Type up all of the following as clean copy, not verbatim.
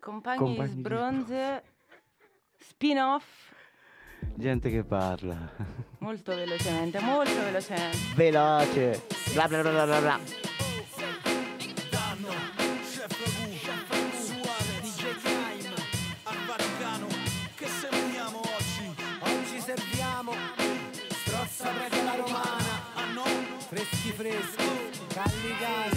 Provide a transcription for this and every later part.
Compagni di Compagni di sbronze, spin-off, Gente che parla. molto velocemente, molto velocemente. Veloce. Bla bla bla bla bla bla. Danno, Chef Ragu, Suave, DJ Time, al Vaticano, che serviamo oggi? Oggi serviamo strozza prete alla romana, Ah no? freschi, calli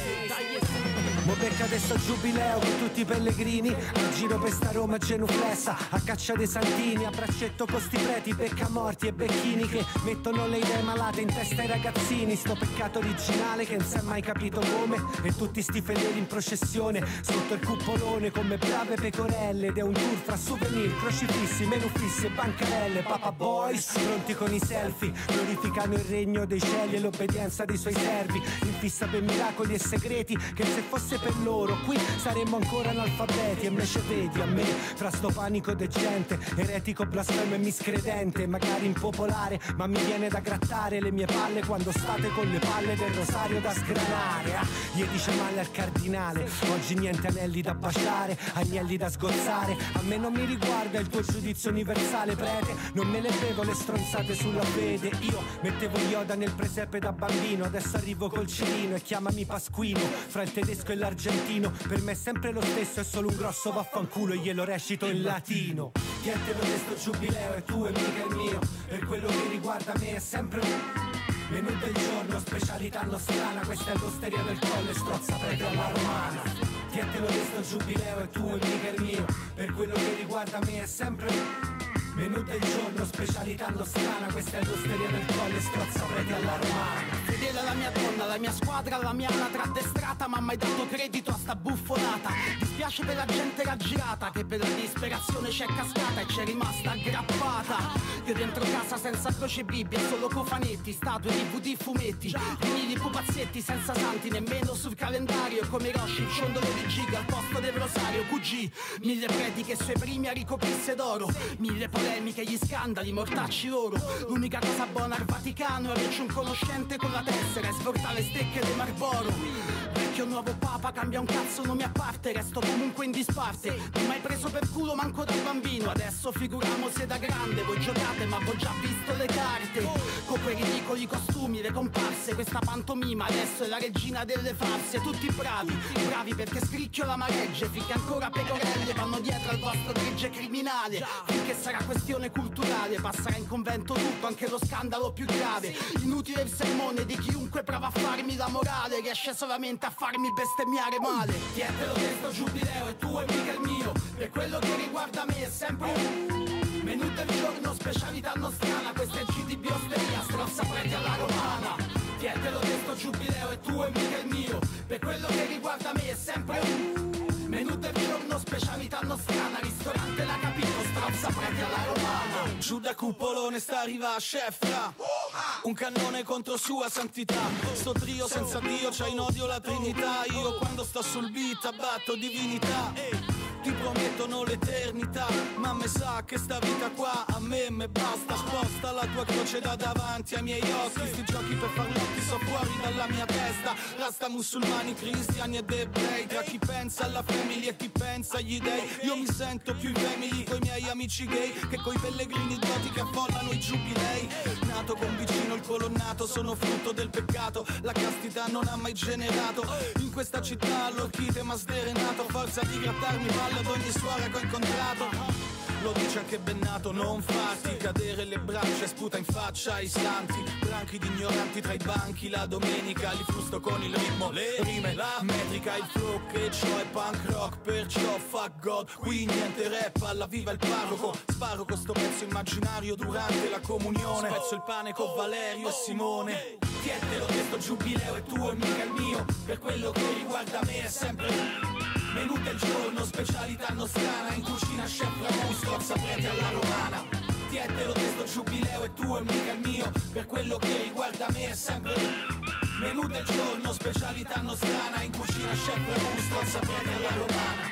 mo becca adesso giubileo con tutti i pellegrini, a giro per sta Roma genuflessa, a caccia dei santini, a braccetto con sti preti, becca morti e becchini che mettono le idee malate in testa ai ragazzini, sto peccato originale che non si è mai capito come, e tutti sti fedeli in processione, sotto il cupolone come brave pecorelle, ed è un tour fra souvenir, crocifissi, menufissi e bancarelle, Papa Boys, pronti con i selfie, glorificano il regno dei cieli e l'obbedienza dei suoi servi, in fissa per miracoli e segreti, che se fosse per loro qui saremmo ancora analfabeti, e invece vedi a me, fra sto panico de gente, eretico, blasfemo e miscredente, magari impopolare, ma mi viene da grattare le mie palle quando state con le palle del rosario da sgranare, gli dice male al cardinale, oggi niente anelli da baciare, agnelli da sgozzare, a me non mi riguarda il tuo giudizio universale, prete, non me le bevo le stronzate sulla fede, io mettevo Yoda nel presepe da bambino, adesso arrivo col cilino e chiamami Pasquino, fra il tedesco e l'argentino, per me è sempre lo stesso, è solo un grosso vaffanculo e glielo recito in latino. Niente per questo giubileo è tuo e mica il mio, per quello che riguarda me è sempre un menù del giorno, specialità nostrana, questa è l'osteria del colle, strozza prete alla romana. Niente per questo giubileo è tuo e mica il mio, per quello che riguarda me è sempre un menù del giorno, specialità nostrana, questa è l'osteria del colle, strozza prete alla romana. Fedele alla mia donna, la mia squadra, la mia anatra addestrata, ma mai dato credito a sta buffonata. Dispiace per la gente raggirata, che per la disperazione c'è cascata e c'è rimasta aggrappata. Io dentro casa senza croce Bibbia, solo cofanetti, statue, DVD, fumetti, vinili, pupazzetti, senza santi, nemmeno sul calendario. Come Roshi, il ciondolo di giga al posto del rosario. QG, 1000 prediche sui primi a ricoprisse d'oro, 1000 polemiche, gli scandali, mortacci loro. L'unica cosa buona al Vaticano è averci un conoscente con la tessera e svoltare stecche di Marlboro. Vecchio nuovo papa, cambia un cazzo, non mi apparte, resto comunque in disparte. Non mai preso per culo manco da bambino, adesso figuriamo se da grande. Voi giocate ma ho già visto le carte, con quei ridicoli costumi, le comparse. Questa pantomima adesso è la regina delle farse. Tutti bravi, bravi perché scricchio la mareggia, finché ancora pecorelle vanno dietro al vostro gregge criminale. Finché sarà questione culturale, passerà in convento tutto, anche lo scandalo più grave. Inutile il sermone di chiunque prova a farmi la morale, riesce solamente a farmi bestemmiare male. Dietelo questo giubileo è tuo e mica il mio, per quello che riguarda me è sempre un menù del giorno, specialità nostrana, questa è GDB osteria, strozza preti alla romana. Dietelo questo giubileo è tuo e mica il mio, per quello che riguarda me è sempre un menù del giorno, specialità nostrana, ristorante La Capito, strozza preti alla romana. Giù da cupolone sta arriva Chef Ra, un cannone contro sua santità. Sto trio senza Dio c'ha in odio la Trinità. Io quando sto sul beat abbatto divinità. Ti promettono l'eternità, ma me sa che sta vita qua a me basta. Sposta la tua croce da davanti ai miei occhi. Sti giochi per farlotti so fuori dalla mia testa. Rasta musulmani, cristiani ed ebrei, tra chi pensa alla famiglia e chi pensa agli dei. Io mi sento più in family coi miei amici gay che coi pellegrini doti che affollano i giubilei. Nato con vicino il colonnato, sono frutto del peccato, la castità non ha mai generato in questa città l'orchite m'ha sdrenato, forza di grattarmi palle ad ogni suora che ho incontrato. Lo dice anche Bennato, non farti cadere le braccia e sputa in faccia ai santi. Branchi di ignoranti tra i banchi, la domenica li frusto con il ritmo, le rime, la metrica, il flow che c'ho è punk rock, perciò fuck God. Qui niente rap, alla viva il parroco. Sparo con sto pezzo immaginario durante la comunione. Spezzo il pane con Valerio e Simone. Dietelo questo giubileo è tuo e mica il mio, per quello che riguarda me è sempre menù del giorno, specialità nostrana, in cucina chef Ragu, strozza preti alla romana. Dietelo questo giubileo è tuo e mica il mio, per quello che riguarda me è sempre menù del giorno, specialità nostrana, in cucina chef Ragu, strozza preti alla romana.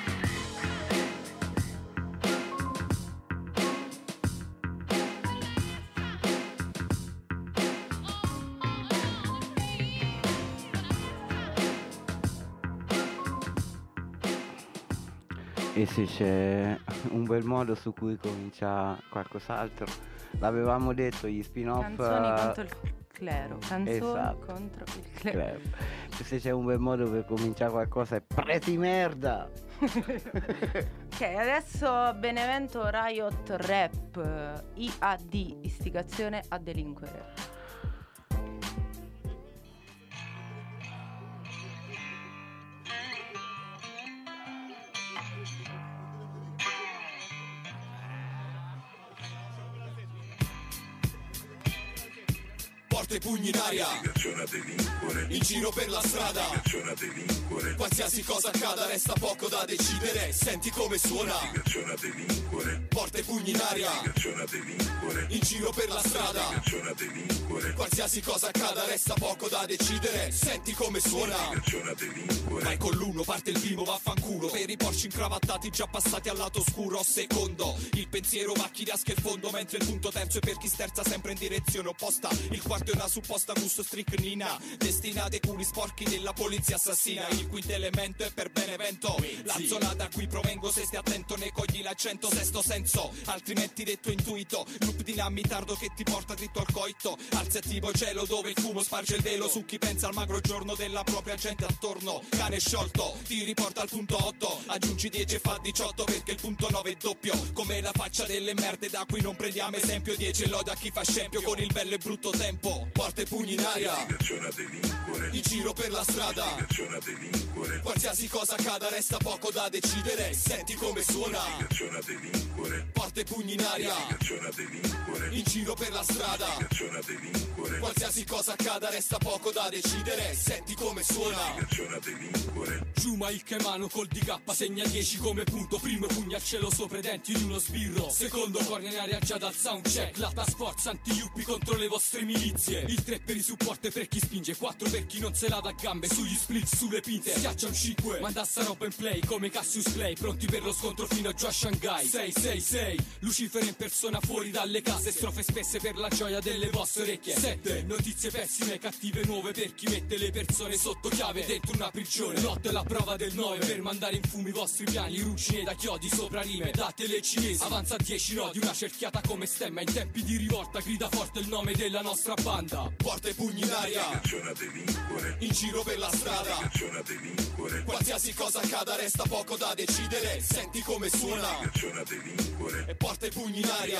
E se c'è un bel modo su cui comincia qualcos'altro, l'avevamo detto, gli spin-off. Canzoni contro il clero. Canzoni Esatto. contro il clero. Se c'è un bel modo per cominciare qualcosa è preti merda. Ok, adesso Benevento Riot Rap, IAD, istigazione a delinquere. Porte pugni in aria, in giro per la strada, qualsiasi cosa accada resta poco da decidere, senti come suona, porte pugni in aria, in giro per la strada, qualsiasi cosa accada resta poco da decidere, senti come suona, vai con l'uno, parte il primo, vaffanculo, per i porci incravattati già passati al lato scuro, secondo, il pensiero va a chi riasca il fondo, mentre il punto terzo è per chi sterza sempre in direzione opposta, il quarto è una supposta gusto stricnina destinata ai culi sporchi della polizia assassina, il quinto elemento è per Benevento, la zona da cui provengo, se stai attento ne cogli l'accento, sesto senso, altrimenti detto intuito, loop dinamitardo che ti porta dritto al coito, alzi attivo cielo dove il fumo sparge il velo su chi pensa al magro giorno della propria gente attorno, cane sciolto, ti riporta al punto 8, aggiungi 10 e fa 18 perché il punto 9 è doppio, come la faccia delle merde da cui non prendiamo esempio, 10 e loda a chi fa scempio con il bello e brutto tempo, porte pugni in aria, in giro per la strada, qualsiasi cosa accada resta poco da decidere, senti come suona, porte pugni in aria, in giro per la strada, qualsiasi cosa accada resta poco da decidere, senti come suona, Giuma il Kemano col DK segna 10 come punto, primo pugno al cielo sopra i denti di uno sbirro, secondo corner in aria già dal soundcheck, la task force anti-yuppi contro le vostre milizie, il 3 per i support e per chi spinge, 4 per chi non se la dà gambe, sugli split, sulle pinte, schiaccia un 5, manda sta roba in play come Cassius Clay, pronti per lo scontro fino a giù a Shanghai, 6, Lucifero in persona fuori dalle case, strofe spesse per la gioia delle vostre orecchie, 7, notizie pessime, cattive nuove per chi mette le persone sotto chiave dentro una prigione, l'otto è la prova del 9 per mandare in fumo i vostri piani, ruggine da chiodi sopra rime, datele cinesi, avanza a 10 nodi, una cerchiata come stemma, in tempi di rivolta grida forte il nome della nostra banda, porta i pugni in aria, in giro per la strada, qualsiasi cosa accada resta poco da decidere, senti come suona, e porta i pugni in aria,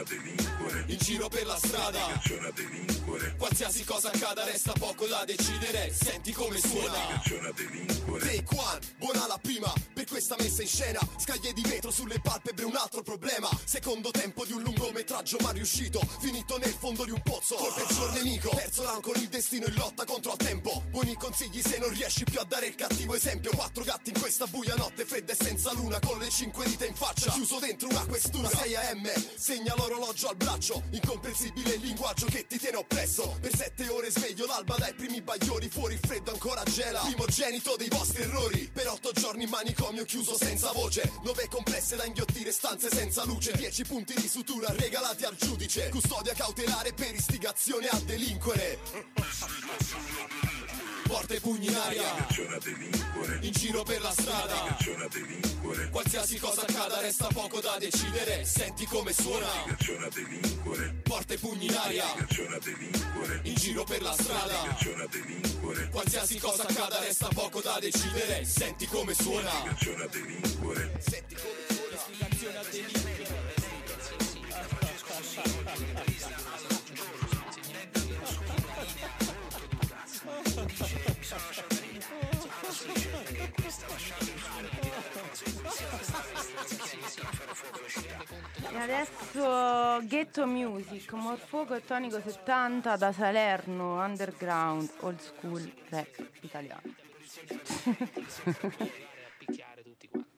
in giro per la strada, qualsiasi cosa accada resta poco da decidere, senti come suona, Take one, buona la prima, per questa messa in scena, scaglie di vetro sulle palpebre un altro problema, secondo tempo di un lungometraggio ma riuscito, finito nel fondo di un pozzo, col peggior nemico, perso l'ancora il destino in lotta contro al tempo, buoni consigli se non riesci più a dare il cattivo esempio, 4 gatti in questa buia notte fredda e senza luna, con le 5 dita in faccia, chiuso dentro una questura, 6 AM, segna l'orologio al braccio, incomprensibile il linguaggio che ti tiene oppresso, per 7 ore sveglio l'alba dai primi bagliori, fuori il freddo ancora gela, primogenito dei vostri errori, per 8 giorni in manicomio chiuso senza voce, 9 complesse da inghiottire, stanze senza luce, 10 punti di sutura regalati al giudice, custodia cautelare per istigazione a delinquere, porta i pugni in aria, in giro per la strada, qualsiasi cosa accada resta poco da decidere, senti come suona, porta i pugni in aria, in giro per la strada, qualsiasi cosa accada resta poco da decidere, senti come suona, senti come suona, istigazione a delinquere. E adesso Ghetto Music, Morfogo e Tonico 70 da Salerno, underground, old school, rap italiano. Picchiare tutti quanti.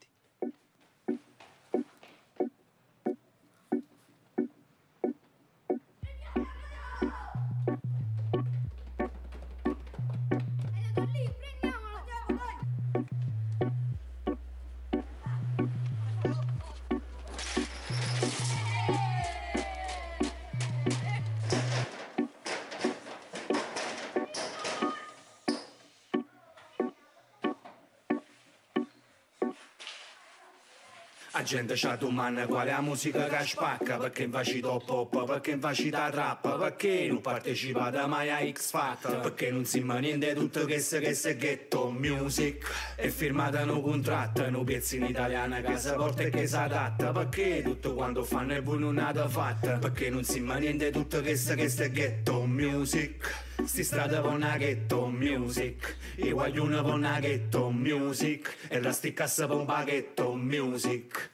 La gente c'ha domanda quale è la musica che spacca, perché in facci top hop, perché in facci da trap, perché non partecipate mai a X Factor, perché non si ma niente tutto che se ghetto music, e firmate un contratto, un pezzo in italiano che si porta e che si adatta, perché tutto quando fanno e voi non avete fatto, perché non si ma niente tutto che se ghetto music. Sti strada con una ghetto music, i guaglioni con una ghetto music, e la sticcassa con un baghetto music.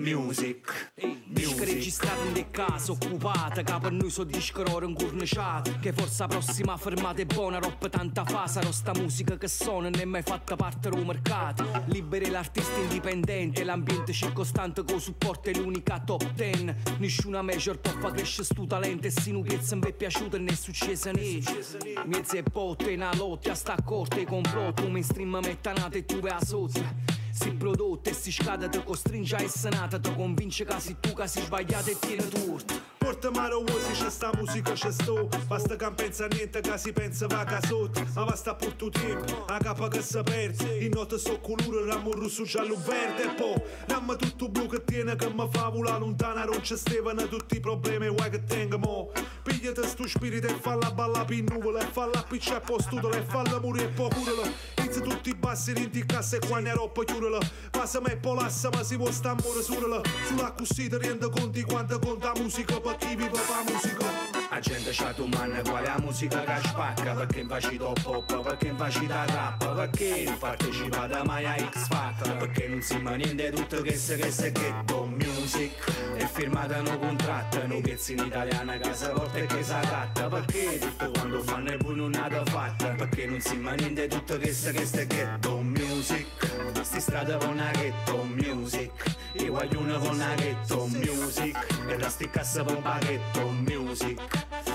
Disco registrato in de casa occupata, che per noi sono disco roro incorniciato, che forse la prossima fermata è buona, roba tanta fa, sarò sta musica che suona non è mai fatta parte del mercato, liberi l'artista indipendente, l'ambiente circostante che supporta è l'unica top 10, nessuna major può far crescere stu talento, e se non piezza mi è piaciuto e ne è successo niente, mezze botte, una lotta, sta corte, complotto, mainstream mettanate e tu vai a sotto. Si prodotto e si scade, ti costringe a essere nata, ti convince che sei tu che sei sbagliato e tieni torto. Porta mare se c'è sta musica c'è sto, basta che non pensa a niente che si pensa va a sotto, ma basta per tutto tempo, a capa che si perde, in notte so colore, ramo rosso, giallo, verde, e poi ramo tutto blu che tiene che mi fa volare lontana, non c'è stevano tutti i problemi, guai che tengo mo, pigliate sto spirito e falla balla per nuvole, e falla appicciare a postutole, e falla morire e poi curala, inizia tutti i bassi, rinti cassa e qua ne roppa chiudala, passa me e polassa ma si può sta amore surala, sulla così ti rende conti quanto conta musica, per chi vive la musica. La gente c'ha domanda qual è la musica che spacca, perché in facci top hop, perché in facci da trap, perché non partecipate mai a X Factor, perché non si ma niente tutto che se ghetto music, e firmate un contratto, un pezzo in italiano che si porta e che si adatta, perché tutto quando fanno e voi non avete fatto, perché non si ma niente tutto che se ghetto music, sti strada con una ghetto music, i guaglioni con una ghetto music, e la sticcassa con un baghetto music.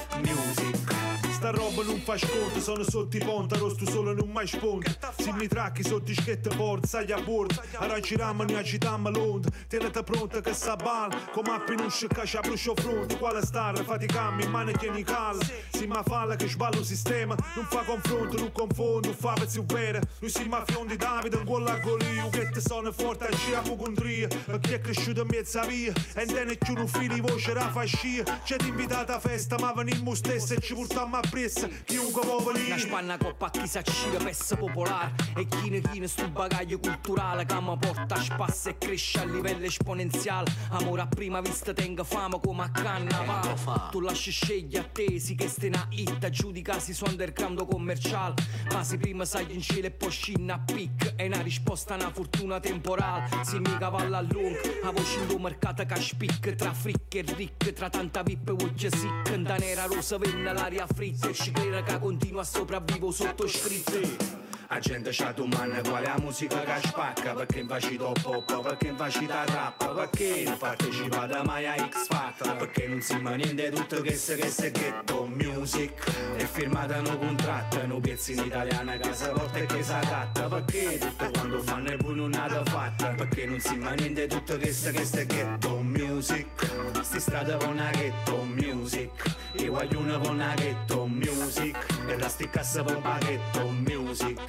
Sta roba non fa sconto, sono sotto i ponti, rosto solo non mai sponda. Se mi tracchi sotto i schette porta, sai a bordo, arrangi rama, ne agitamma l'onda, tenete pronta che sa balla, come a pinusce che c'ha brucio fronte, quale star, faticammi, in mano tieni calla, si ma falla che sballo il sistema, non fa confronto, non confondo, non fa pezzi vere, noi si ma fiondi Davide, un gol a golio, che te sono forte a scia apocondria, perché è cresciuto in mezza via, e non è più un filo di voce da fascia, c'è invitata a festa, ma venimmo stessa e ci portammo a pressa, chiunque può venire. Una spanna coppa a chi si accida pezza popolare, e chine sto bagaglio culturale che mi porta a spasso e cresce a livello esponenziale. Amore a prima vista tenga fama come a carnavale, tu lasci scegliere a te si che ste una hit, giudicasi su underground commerciale, ma se prima sai in cielo e poi scinna a pic, è una risposta a una fortuna temporale, si mi cavalla a lungo, a voce in mercato che spicca, tra fricche e ricche, tra tanta vip e voce sick, da nera rosa venna l'aria fritta, e ci crede che continua a sopravvivo sottoscritto. La gente c'ha domanda qual è la musica che spacca, perché in facci top hop, perché in facci da trap, perché non partecipate mai a X Factor, perché non si ma niente tutto che se ghetto music, e firmate un contratto, un pezzo in italiano che si porta e che si adatta, perché tutto quando fanno e voi non avete fatto, perché non si ma niente tutto che se ghetto music, sti strada con una ghetto music, i guaglioni con una ghetto music, e la sticcassa con un baghetto music.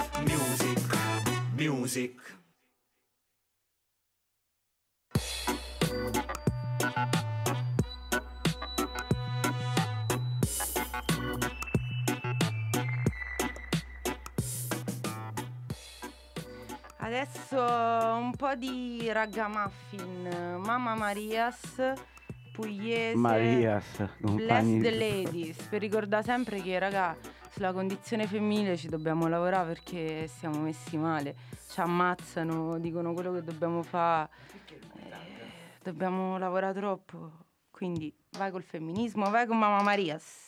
Adesso un po' di ragamuffin, Mamma Marias, Pugliese, Marias, Bless the Ladies, per ricordare sempre che raga, sulla condizione femminile ci dobbiamo lavorare perché siamo messi male, ci ammazzano, dicono quello che dobbiamo fare, dobbiamo lavorare troppo, quindi vai col femminismo, vai con Mamma Marias.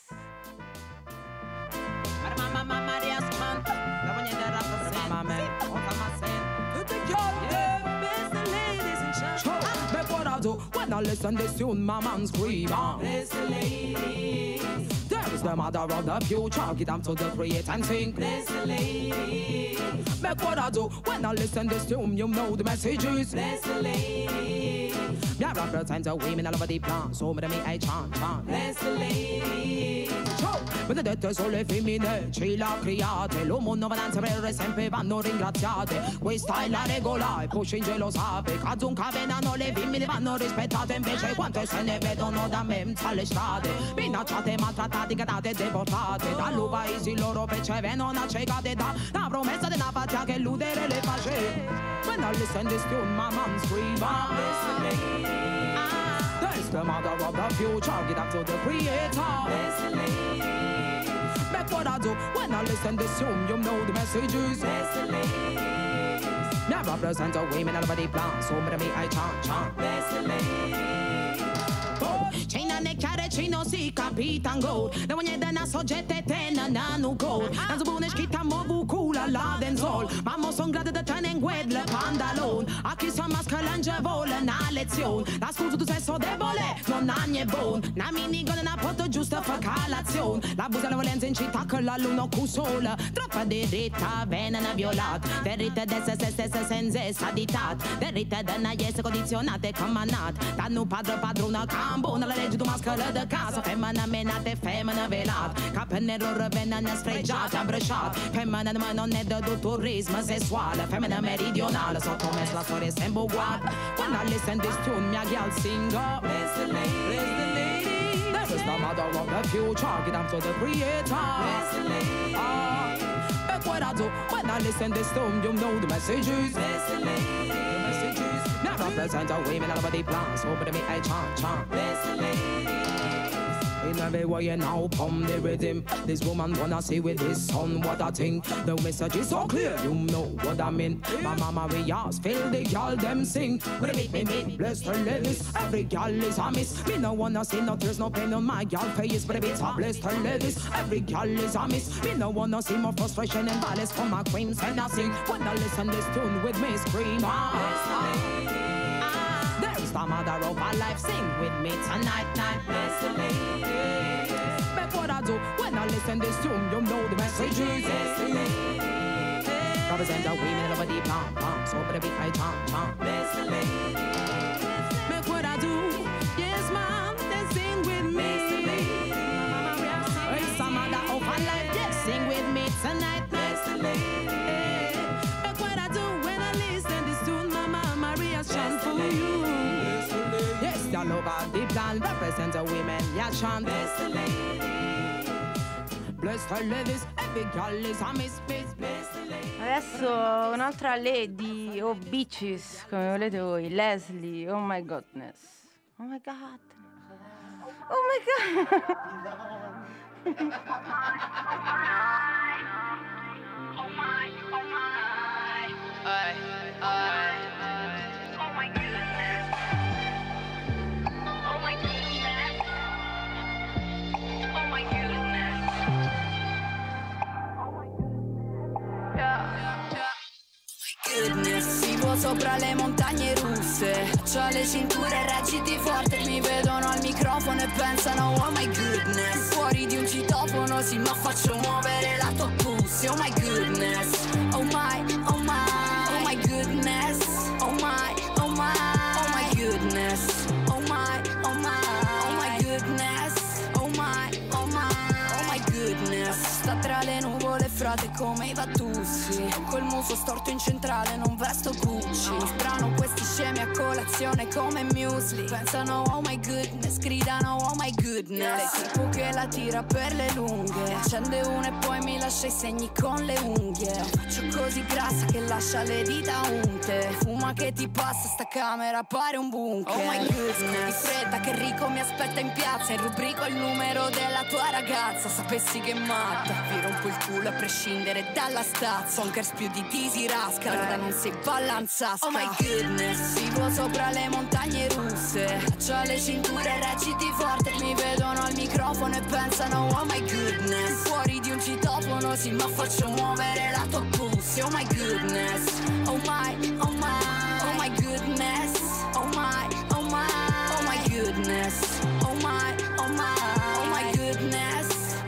Mamma Marias, la moglie del rappresenta, When I listen this tune, my man scream. Bless the ladies. Them There is the mother of the future. Give them to the creator and sing. Bless the lady. Make what I do when I listen this tune. You know the messages. Bless the lady. Yeah, represent the women all over the plan. So me I chant. Bless the lady. Benedette sono le femmine, ce l'ha create. L'uomo non va per sempre vanno ringraziate. Questa è la regola e poi in lo sape. Cazunca venano le femmine vanno rispettate. Invece quante se ne vedono da me alle strade. Minacciate, maltrattate, cadate, deportate. Dallo paesi loro pece vengono accecate. Da una promessa di una patria che illudere le face. When I listen this tune my mom scream. Bless the lady. There's the mother of the future. Give them to the creator. Bless the lady. Make what I do when I listen this tune. You know the messages. Bless the lady. I represent the women all over the plan. So me I chant. Bless the lady. Cina ne chiare, cino si capitan gold. Da ogni dana soggette tena nanu gold. Dan zbune schita movu kula la denzol. Mammo son grade da tenen guedle pantalon. A chi sa mascalange vola na lezion. La scusa tu sesso debole, non ha niente bon. Na minigone na poto giusta fa calazion. La busa la violenza in città che la luna cusola. Troppa diritta venena violat. Diritta d'essa stessa senza saditat. Diritta da na yes condizionate comanat. Danno padrona cambona la legge tu mascala da casa. Femmina menate, femmina velata. Capo nero venena sfregiata, abbracciata. Femmina ma non è da turismo sessuale. Femmina meridionale, sottomessa la storia è sempre uguale. When I listen this tune, mia gal sing up. Bless the lady. Bless the lady. There is the mother of the future. Give them to the creator. Bless the lady. That's what I do when I listen this tune. You know the messages. Bless the lady. The messages. Now represent the women all over the plans. Over me, I chant. Bless the lady. In every way and now pump the rhythm. This woman wanna see with his son what I think. The message is so clear, you know what I mean. My mama we ask, feel the girl them sing. But me, bless her ladies. Every girl is a miss. Me no wanna see no tears, no pain on my girl face. But it's a bless her ladies. Every girl is a miss. Me no wanna see more frustration and violence from my queens and I sing. When I listen this tune with me scream. There's the mother of our life, sing with me tonight. Bless the lady. Make what I do when I listen this tune, you know the messages. Bless the lady. Represent the women over the palm, so baby I chant. Bless the lady. Make what I do, yes mom, then sing with me. It's the mother of our life, yes, sing with me tonight. Bless the lady. Make what I do when I listen this tune, Mama Maria chant for you. Yes, the love of the plan represent the women, yeah chant. Bless the lady. Bless her ladies, every girl is a miss. Bless the lady. Adesso un'altra lady o bitches, come volete voi, Leslie, oh my godness. Oh my god. Oh my god. Vivo sopra le montagne russe, c'ho le cinture reggiti forte, mi vedono al microfono e pensano oh my goodness. Fuori di un citofono sì ma faccio muovere la tua pussy. Oh my goodness, oh my, oh my, oh my goodness. Oh my, oh my, oh my goodness. Oh my, oh my, oh my goodness. Oh my, oh my, oh my goodness. Sta tra le nuvole frate come i Vattusi, col muso storto in centrale non vesto Gucci. Strano questi scemi a colazione come muesli. Pensano oh my goodness, gridano oh my goodness. Il tipo che la tira per le lunghe, accende una e poi mi lascia i segni con le unghie. Faccio così grassa che lascia le dita unte. Fuma che ti passa, sta camera pare un bunker. Oh my goodness, di fretta che Rico mi aspetta in piazza e rubrico il numero della tua ragazza. Sapessi che matta, vi rompo il culo a prescindere dalla stazza. Bonkers più di Dizzy Rascal, guarda non sei ballanzasca. Oh my goodness, vivo sopra le montagne russe, c'ho le cinture reggiti forte, mi vedono al microfono e pensano oh my goodness. Fuori di un citofono sì ma faccio muovere la tua pussy. Oh my goodness, oh my, oh my, oh my goodness. Oh my, oh my, oh my goodness. Oh my, oh my, oh my goodness.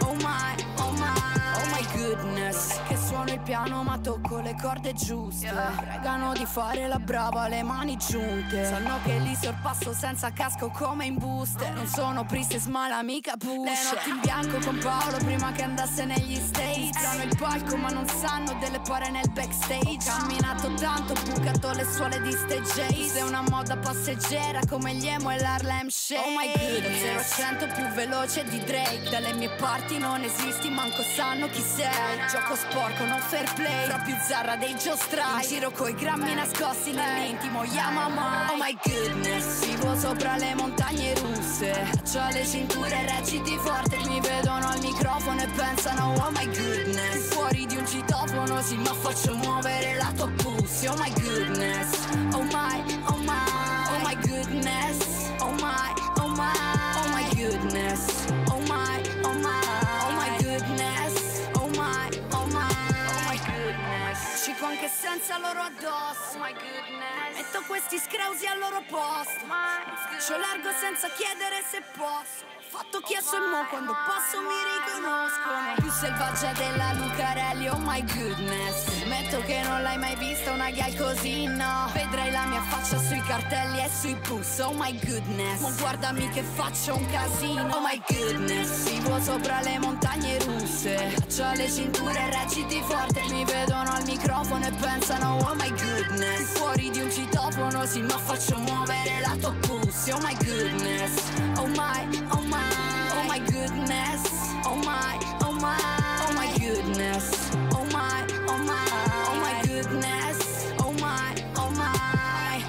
le corde giuste. Pregano di fare la brava, le mani giunte. Sanno che li sorpasso senza casco come in booster. Non sono priestess ma l'amica push. Le notti in bianco con Paolo prima che andasse negli States. Strano il palco ma non sanno delle pare nel backstage. Ho camminato tanto, ho bucato le suole di Stage Ace. Sei una moda passeggera come gli emo e l'Harlem Shake. Oh my goodness, 0-100 più veloce di Drake. Dalle mie parti non esisti, manco sanno chi sei. Gioco sporco, non fair play. Fra più zarra dei Joe Strike. In giro coi grammi nascosti nell'intimo Yamamai. Oh my goodness, vivo sopra le montagne russe. C'ho le cinture, reciti forte. Mi vedono al microfono e pensano oh my goodness. Fuori di un citofono sì ma faccio muovere la tua pussy. Oh my goodness, oh my, oh my, oh my goodness. Oh my, oh my, oh my goodness. Oh my, oh my, oh my goodness. Oh my, oh my, oh my goodness. Cico anche senza loro addosso. Oh my goodness. Metto questi scrausi al loro posto. C'ho largo senza chiedere se posso. Fatto chiesto e mo quando passo mi riconoscono. Più selvaggia della Lucarelli, oh my goodness. Metto che non l'hai mai vista una gal così, no. Vedrai la mia faccia sui cartelli e sui bus, oh my goodness. Ma guardami che faccio un casino, oh my goodness. Vivo sopra le montagne russe. C'ho le cinture, reciti forte. Mi vedono al microfono e pensano oh my goodness. Fuori di un citofono sì ma faccio muovere la tua pussy, oh my goodness. Oh my, oh my, oh my goodness. Oh my, oh my, oh my goodness. Oh my, oh my, oh my goodness. Oh my, oh my.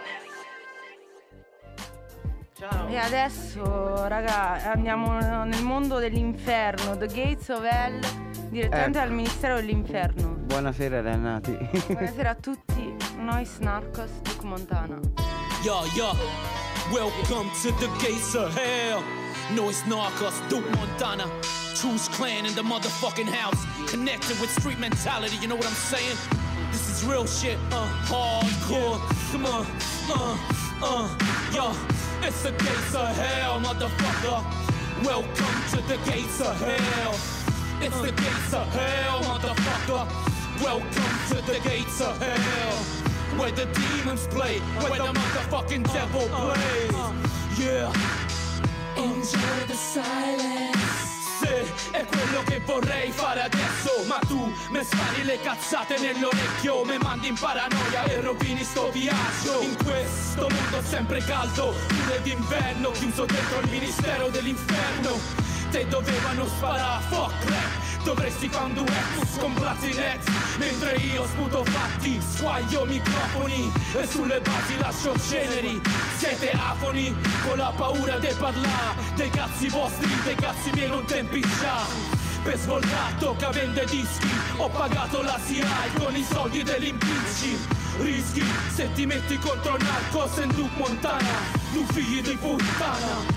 Ciao. E adesso, raga, andiamo nel mondo dell'inferno, The Gates of Hell, direttamente al Ministero dell'Inferno. Buonasera Renati. Buonasera a tutti, noi Snarkos, Duke Montana. Yo, yo, welcome to the gates of hell. Noise Narcos, Duke Montana, Truce Clan in the motherfucking house. Connected with street mentality, you know what I'm saying? This is real shit, hardcore. Come on, yo, it's the gates of hell, motherfucker. Welcome to the gates of hell. It's the gates of hell, motherfucker. Welcome to the gates of hell. Where the demons play, where the motherfucking devil plays. Yeah. Enjoy the silence. Sì, è quello che vorrei fare adesso. Ma tu me spari le cazzate nell'orecchio, me mandi in paranoia e rovini sto viaggio. In questo mondo sempre caldo, pure d'inverno, chiuso dentro il ministero dell'inferno. Te dovevano sparare, fuck rap. Dovresti fare un duetto con Platinette. Mentre io sputo fatti, squaglio microfoni e sulle basi lascio ceneri. Siete afoni, con la paura di parlare dei cazzi vostri, dei cazzi miei non tempi già. Per svoltato che vende dischi, ho pagato la SIAE con i soldi dell'impicci. Rischi se ti metti contro Narcos e Duke Montana, tu figli di puttana.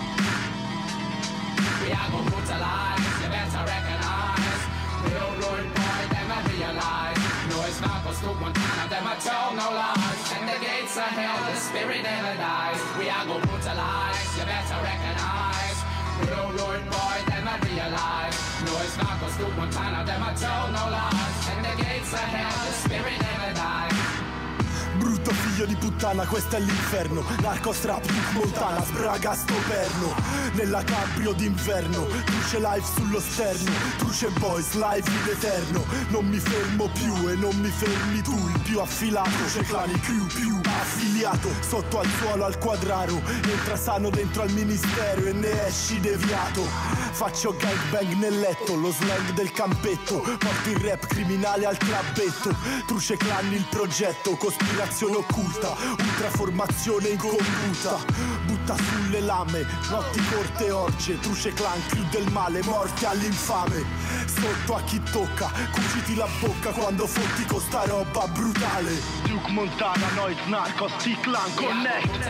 We are gon' brutalize, you better recognize. Real rude boy, them I realize. No, it's not cause Duke Montana, them I tell no lies. And the gates of hell, the spirit never dies. We are gon' brutalize, you better recognize. Real rude boy, them I realize. No, it's not cause Duke Montana, them I tell no lies. And the gates of hell, the spirit never dies. Brutto figlio di puttana, questo è l'inferno. Narcostrap, Duke Montana, sbraga sto perno. Nella cabrio d'inverno, Truce live sullo sterno. Truce boys, live in eterno. Non mi fermo più e non mi fermi tu. Il più affilato, c'è clan, il crew più affiliato. Sotto al suolo, al quadraro. Entra sano dentro al ministero e ne esci deviato. Faccio gangbang nel letto, lo slang del campetto. Porto il rap criminale al clubetto. Truce clan il progetto, cospirazione occulta, ultraformazione incompiuta. Butta sulle lame, notti corte orge. Truce clan, crew del male, morte all'infame. Sotto a chi tocca, cuciti la bocca quando fotti con sta roba brutale. Duke Montana, Noise Narcos, T-Clan, Connect.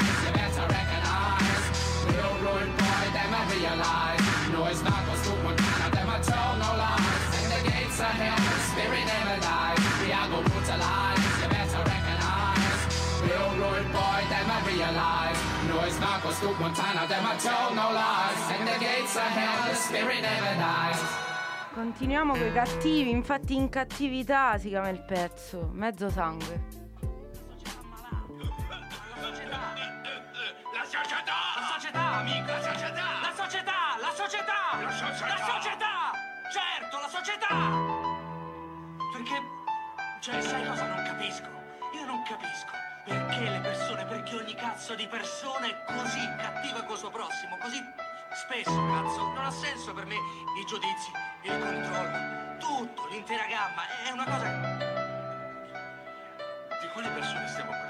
Noise Narcos, Duke Montana, them I tell no lies. And the gates of hell, the spirit never dies. We are gon' brutalize, you better recognize. Real rude boy, them I realize. Noise Narcos, Duke Montana, them I tell no lies. And the gates of hell, the spirit never dies. Continuiamo coi cattivi, infatti in cattività si chiama il pezzo, mezzo sangue. Amico, la società, certo, la società, perché, cioè, sai cosa non capisco? Io non capisco perché le persone, perché ogni cazzo di persona è così cattiva con il suo prossimo, così spesso, cazzo, non ha senso per me i giudizi, il controllo, tutto, l'intera gamma, è una cosa. Di quali persone stiamo parlando?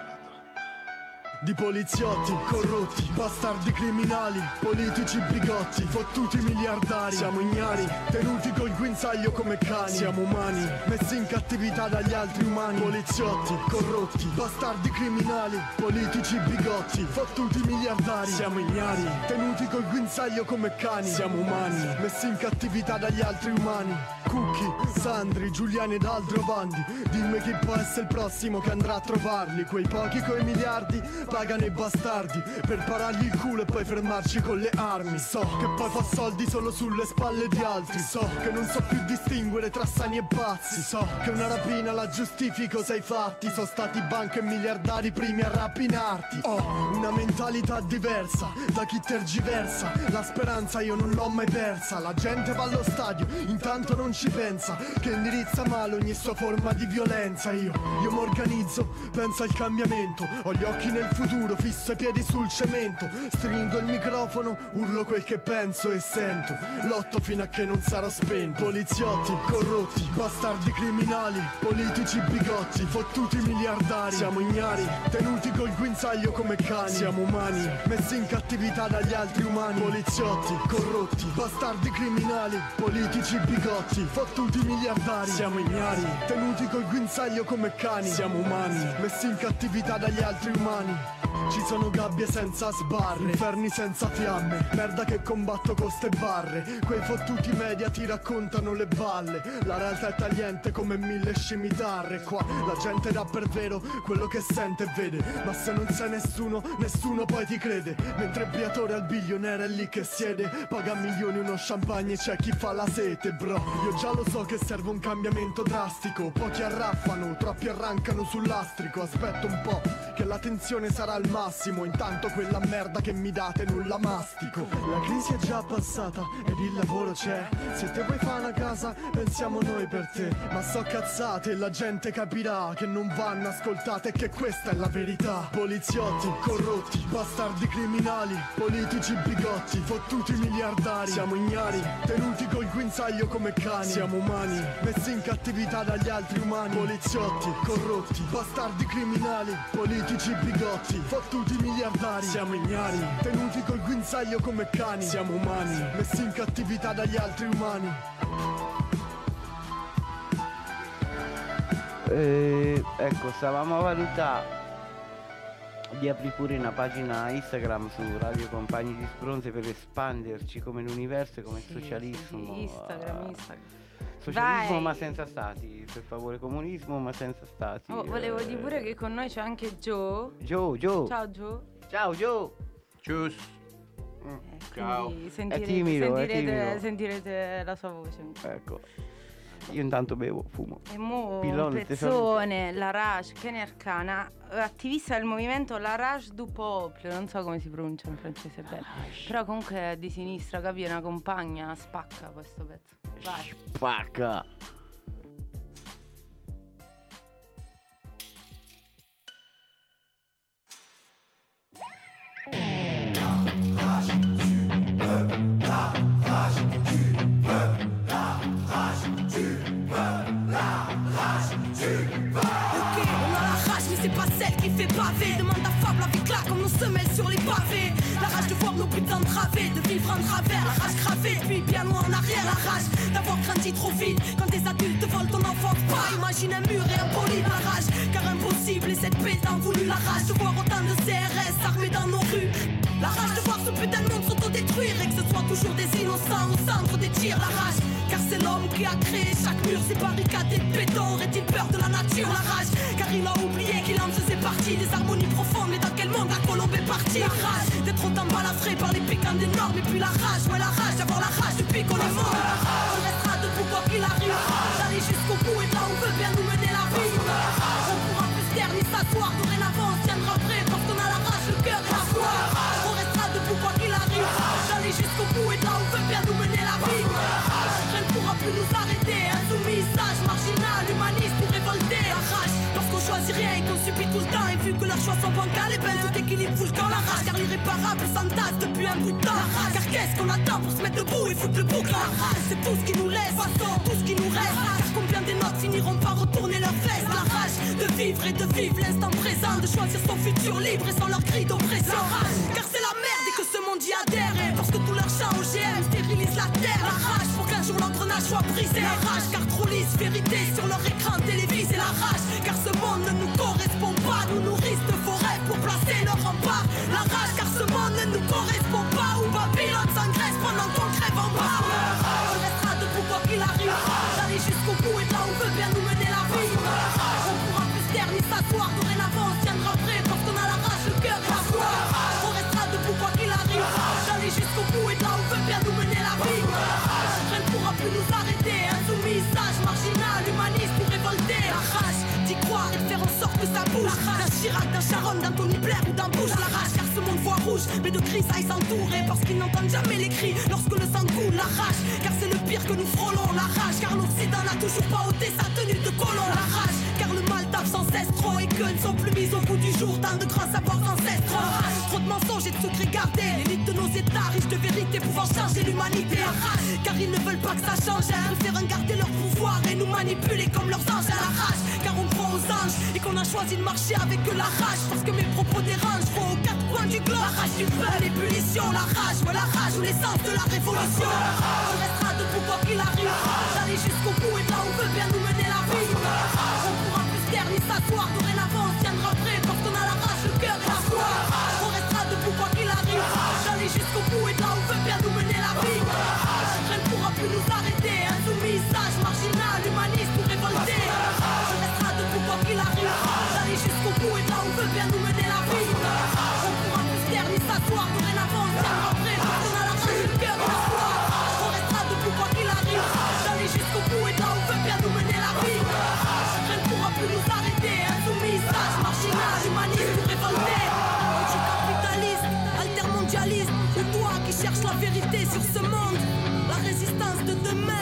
Di poliziotti, corrotti, bastardi criminali, politici bigotti, fottuti miliardari. Siamo ignari, tenuti col guinzaglio come cani. Siamo umani, messi in cattività dagli altri umani. Poliziotti, corrotti, bastardi criminali, politici bigotti, fottuti miliardari. Siamo ignari, tenuti col guinzaglio come cani. Siamo umani, messi in cattività dagli altri umani. Cucchi, Sandri, Giuliani ed Aldrovandi, dimmi chi può essere il prossimo che andrà a trovarli. Quei pochi coi miliardi pagano i bastardi per parargli il culo e poi fermarci con le armi. So che poi fa soldi solo sulle spalle di altri. So che non so più distinguere tra sani e pazzi. So che una rapina la giustifico se hai fatti. Sono stati banche e miliardari primi a rapinarti. Ho una mentalità diversa da chi tergiversa. La speranza io non l'ho mai persa. La gente va allo stadio, intanto non ci pensa che indirizza male ogni sua forma di violenza. Io mi organizzo, penso al cambiamento. Ho gli occhi nel futuro, fisso i piedi sul cemento. Stringo il microfono, urlo quel che penso e sento. Lotto fino a che non sarò spento. Poliziotti, corrotti, bastardi criminali, politici bigotti, fottuti miliardari. Siamo ignari, tenuti col guinzaglio come cani. Siamo umani, messi in cattività dagli altri umani. Poliziotti, corrotti, bastardi criminali, politici bigotti, fottuti miliardari. Siamo ignari, tenuti col guinzaglio come cani. Siamo umani, messi in cattività dagli altri umani. Ci sono gabbie senza sbarre, inferni senza fiamme, merda che combatto con ste barre. Quei fottuti media ti raccontano le balle, la realtà è tagliente come 1000 scimitarre. Qua la gente dà per vero quello che sente e vede, ma se non sei nessuno, nessuno poi ti crede. Mentre il Briatore al bilionaire è lì che siede, paga milioni uno champagne e c'è chi fa la sete, bro. Io già lo so che serve un cambiamento drastico, pochi arraffano, troppi arrancano sul lastrico. Aspetto un po' che la tensione sarà al massimo, intanto quella merda che mi date non la mastico. La crisi è già passata ed il lavoro c'è, se te vuoi fare una casa pensiamo noi per te. Ma so cazzate, la gente capirà che non vanno ascoltate e che questa è la verità. Poliziotti, corrotti, bastardi criminali, politici bigotti, fottuti miliardari. Siamo ignari, tenuti col guinzaglio come cani. Siamo umani, messi in cattività dagli altri umani. Poliziotti, corrotti, bastardi criminali, politici bigotti, fottuti miliardari. Siamo ignari, tenuti col guinzaglio come cani. Siamo umani, messi in cattività dagli altri umani. Ecco, stavamo a valutare di aprire pure una pagina Instagram su Radio Compagni di Sbronze per espanderci come l'universo e come il socialismo. Sì, Instagram. Socialismo Vai. ma senza stati, per favore, comunismo ma senza stati. Oh, volevo dire pure che con noi c'è anche Joe. Joe. Ciao Joe. Ciao Joe. Ciao. Ciao. Sentirete la sua voce. Ecco. Io intanto bevo, fumo. E mo Pilone, Pezzone, la Rage, Kenny Arcana, attivista del movimento La Rage du Peuple, non so come si pronuncia in francese bene. Però comunque è di sinistra, capi? È una compagna, spacca questo pezzo. Vai. Spacca. C'est pas celle qui fait baver. Demande à Fable avec là comme nos semelles sur les pavés. La rage de voir nos putains través, de vivre en travers. La rage gravée, puis bien loin en arrière. La rage d'avoir grandi trop vite. Quand des adultes volent ton enfance, pas imagine un mur et un poli. La rage, car impossible et cette paix t'en voulu. La rage de voir autant de CRS armés dans nos rues. La rage de voir ce putain de monde s'autodétruire et que ce soit toujours des innocents au centre des tirs. La rage, car c'est l'homme qui a créé chaque mur. Ces barricades et béton, aurait-il peur de la nature? La rage, car il a oublié qu'il en faisait partie. Des harmonies profondes, mais dans quel monde la colombe est partie? La rage d'être autant balafré par les piquants des normes. Et puis la rage, ouais la rage d'avoir la rage depuis qu'on est mort. On restera debout quoi leurs choix sont bancales et ben tout équilibre fout le camp. La rage car l'irréparable s'entasse depuis un bout de temps. La rage car qu'est-ce qu'on attend pour se mettre debout et foutre le bouc. La rage c'est tout ce qui nous laisse, tout ce qui nous reste. Car combien des notes finiront par retourner leurs fesses. La rage de vivre et de vivre l'instant présent, de choisir son futur libre et sans leur cri d'oppression. La rage car c'est la merde et que ce monde y adhère. Et parce que tous leurs chats OGM stérilisent la terre. La rage pour qu'un jour l'engrenage soit brisé. La rage car trop lisse vérité sur leur écran télévisé. La rage car ce monde ne nous correspond pas. Nous nourrissent de forêts pour placer leur rempart. La rage car ce monde ne nous correspond pas. Où Babylone s'engraisse pendant qu'on crève en bas. On restera debout quoi qu'il arrive. D'aller jusqu'au bout et de là où veut bien nous mener la vie. On pourra plus se taire ni s'asseoir. Dorénavant on se tiendra prêt parce qu'on a la rage, le cœur et la foi. On restera debout quoi qu'il arrive. D'aller jusqu'au bout et de là où veut bien nous mener la vie. Rien ne pourra plus nous arrêter. Insoumis, sage, marginal, humaniste ou révolté. La rage d'y croire et de faire en sorte que ça bouge. D'un Chirac, d'un Sharon, d'un Tony Blair ou d'un Bush. La rage car ce monde voit rouge, mais de grisailles s'entourer parce qu'ils n'entendent jamais les cris lorsque le sang coule. La rage car c'est le pire que nous frôlons. La rage car l'Occident n'a toujours pas ôté sa tenue de colon. La rage car le mal tape sans cesse trop et que ne sont plus mis au bout du jour tant de grands savoirs ancestraux. Trop de mensonges et de secrets gardés. L'élite de nos états riches de vérité pouvant changer l'humanité. La rage car ils ne veulent pas que ça change. Ils préfèrent garder leur pouvoir et nous manipuler comme leurs anges. La rage car on croit aux anges et qu'on a choisi de marcher avec la rage parce que mes propos dérangent. Faut aux quatre coins du globe. La rage du peuple, l'ébullition. La rage, ouais, la rage ou l'essence de la révolution. On restera debout quoi qu'il arrive. D'aller jusqu'au bout et de là où veut bien nous mener la vie. On pourra plus se taire ni s'asseoir. Dorénavant on se tiendra prêt parce qu'on a la rage, le cœur et la foi. On restera debout quoi qu'il arrive. D'aller jusqu'au bout et de là où veut bien nous mener la vie. Rien ne pourra plus nous arrêter. Insoumis, sage, marginal, humaniste ou révolté. On restera debout quoi qu'il arrive. D'aller jusqu'au bout et de là où veut bien nous mener la vie. On pourra plus se taire ni s'asseoir. Dorénavant on se tiendra prêt parce qu'on a la rage, le cœur et la foi. On restera debout quoi qu'il arrive. D'aller jusqu'au bout et de là où veut bien nous mener la vie. Rien ne pourra plus nous arrêter. Insoumis, sage, marginal, humaniste ou révolté. Anticapitaliste, altermondialiste. Ou toi qui cherches la vérité sur ce monde. La résistance de demain.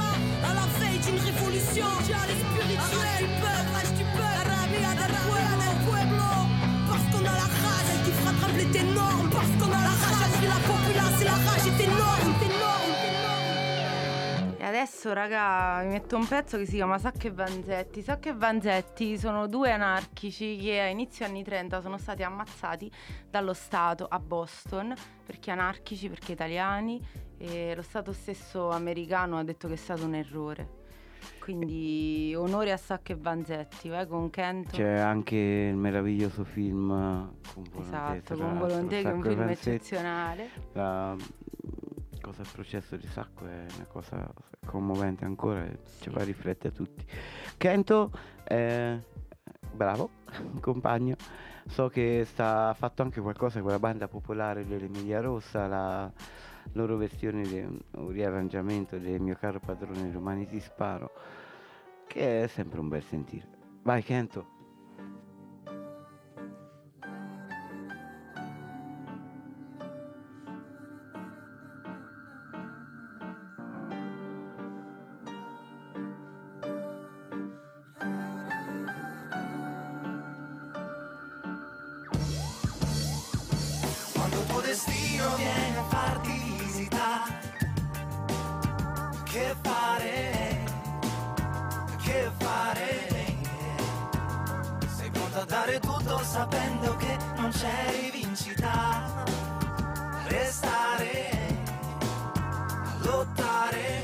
À la veille d'une révolution. Rage du peuple, la rabia del pueblo. Parce qu'on a la rage qui fera trembler tes normes. Parce qu'on a la rage qui la populace et la rage est énorme. E adesso raga vi metto un pezzo che si chiama Sacco e Vanzetti. Sacco e Vanzetti sono due anarchici che a inizio anni 30 sono stati ammazzati dallo Stato a Boston. Perché anarchici, perché italiani. E lo Stato stesso americano ha detto che è stato un errore. Quindi onore a Sacco e Vanzetti, vai con Kento. C'è anche il meraviglioso film con Volontè. Esatto, con Volontè che è un film eccezionale. La cosa del processo di Sacco è una cosa commovente ancora e ci fa riflettere a tutti. Kento, bravo, compagno. So che ha fatto anche qualcosa con la banda popolare dell'Emilia Rossa, la loro versione un riarrangiamento del Mio caro padrone Domani ti sparo, che è sempre un bel sentire. Vai Kento. Quando il tuo destino viene a farti visita, che fare, che fare? Sei pronta a dare tutto sapendo che non c'è rivincita, restare, lottare.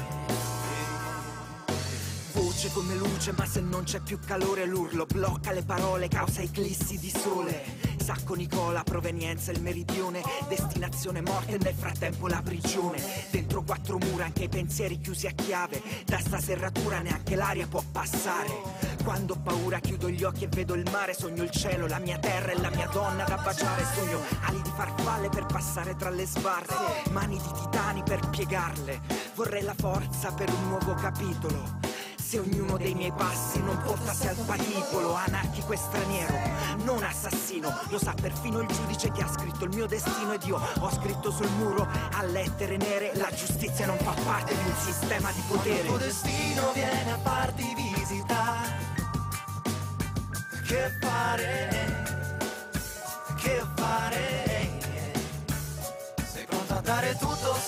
Voce come luce, ma se non c'è più calore l'urlo blocca le parole, causa eclissi di sole. Sacco Nicola, provenienza il meridione, destinazione morte e nel frattempo la prigione. Dentro quattro mura anche i pensieri chiusi a chiave, da sta serratura neanche l'aria può passare. Quando ho paura chiudo gli occhi e vedo il mare, sogno il cielo, la mia terra e la mia donna da baciare. Sogno ali di farfalle per passare tra le sbarre, mani di titani per piegarle. Vorrei la forza per un nuovo capitolo. Se ognuno dei miei passi non portasse al patibolo, anarchico e straniero, non assassino. Lo sa perfino il giudice che ha scritto il mio destino, ed io ho scritto sul muro a lettere nere: la giustizia non fa parte di un sistema di potere. Il tuo destino viene a farti visita, che fare?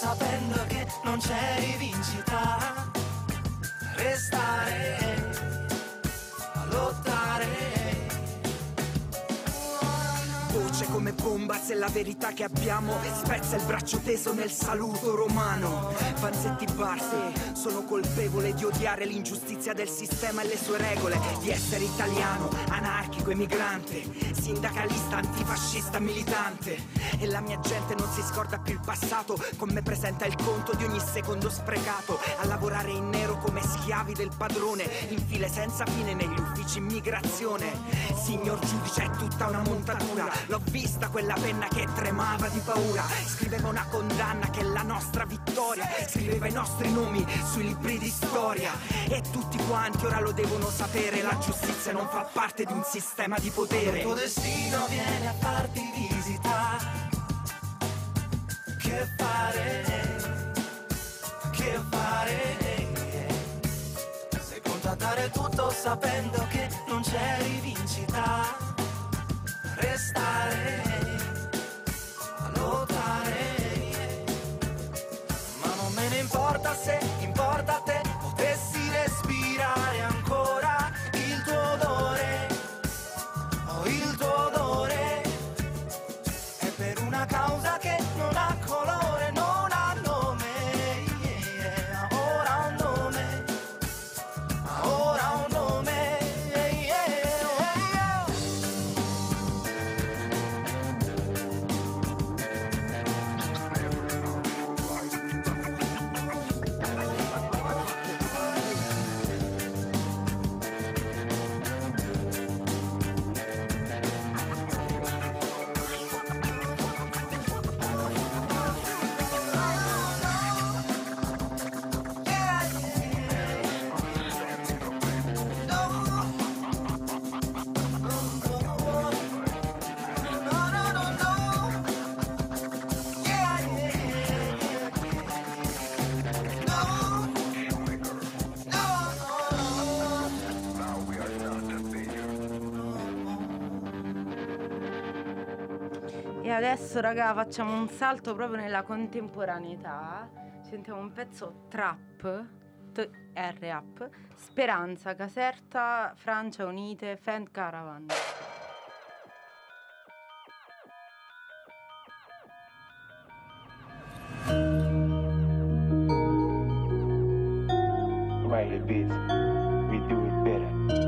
sapendo che non c'è rivincita. Restare a lottare. Voce come bomba, se la verità che abbiamo spezza il braccio teso nel saluto romano. Vanzetti Barsi, sono colpevole di odiare l'ingiustizia del sistema e le sue regole, di essere italiano, anarchico, emigrante, sindacalista, antifascista, militante. E la mia gente non si scorda più il passato, con me presenta il conto di ogni secondo sprecato, a lavorare in nero come schiavi del padrone, in file senza fine negli uffici immigrazione. Signor giudice, è tutta una montatura, l'ho vista quella penna che tremava di paura, scriveva una condanna che è la nostra vittoria, scriveva i nostri nomi sui libri di storia. E tutti quanti ora lo devono sapere, la giustizia non fa parte di un sistema di potere. Il tuo destino viene a farti visita. Che fare? Che fare? Se contattare tutto sapendo che non c'è rivincita. Restare a lottare. Ma non me ne importa se importa a te. Potessi respirare ancora il tuo odore. Oh, il tuo odore. È per una causa che non ha colore, non ha nome. Ora ha un nome. Ora ha un nome. E adesso, raga, facciamo un salto proprio nella contemporaneità. Sentiamo un pezzo trap, rap, Speranza, Caserta, Francia Unite, Fan Caravan. Riley Beats, we do it better.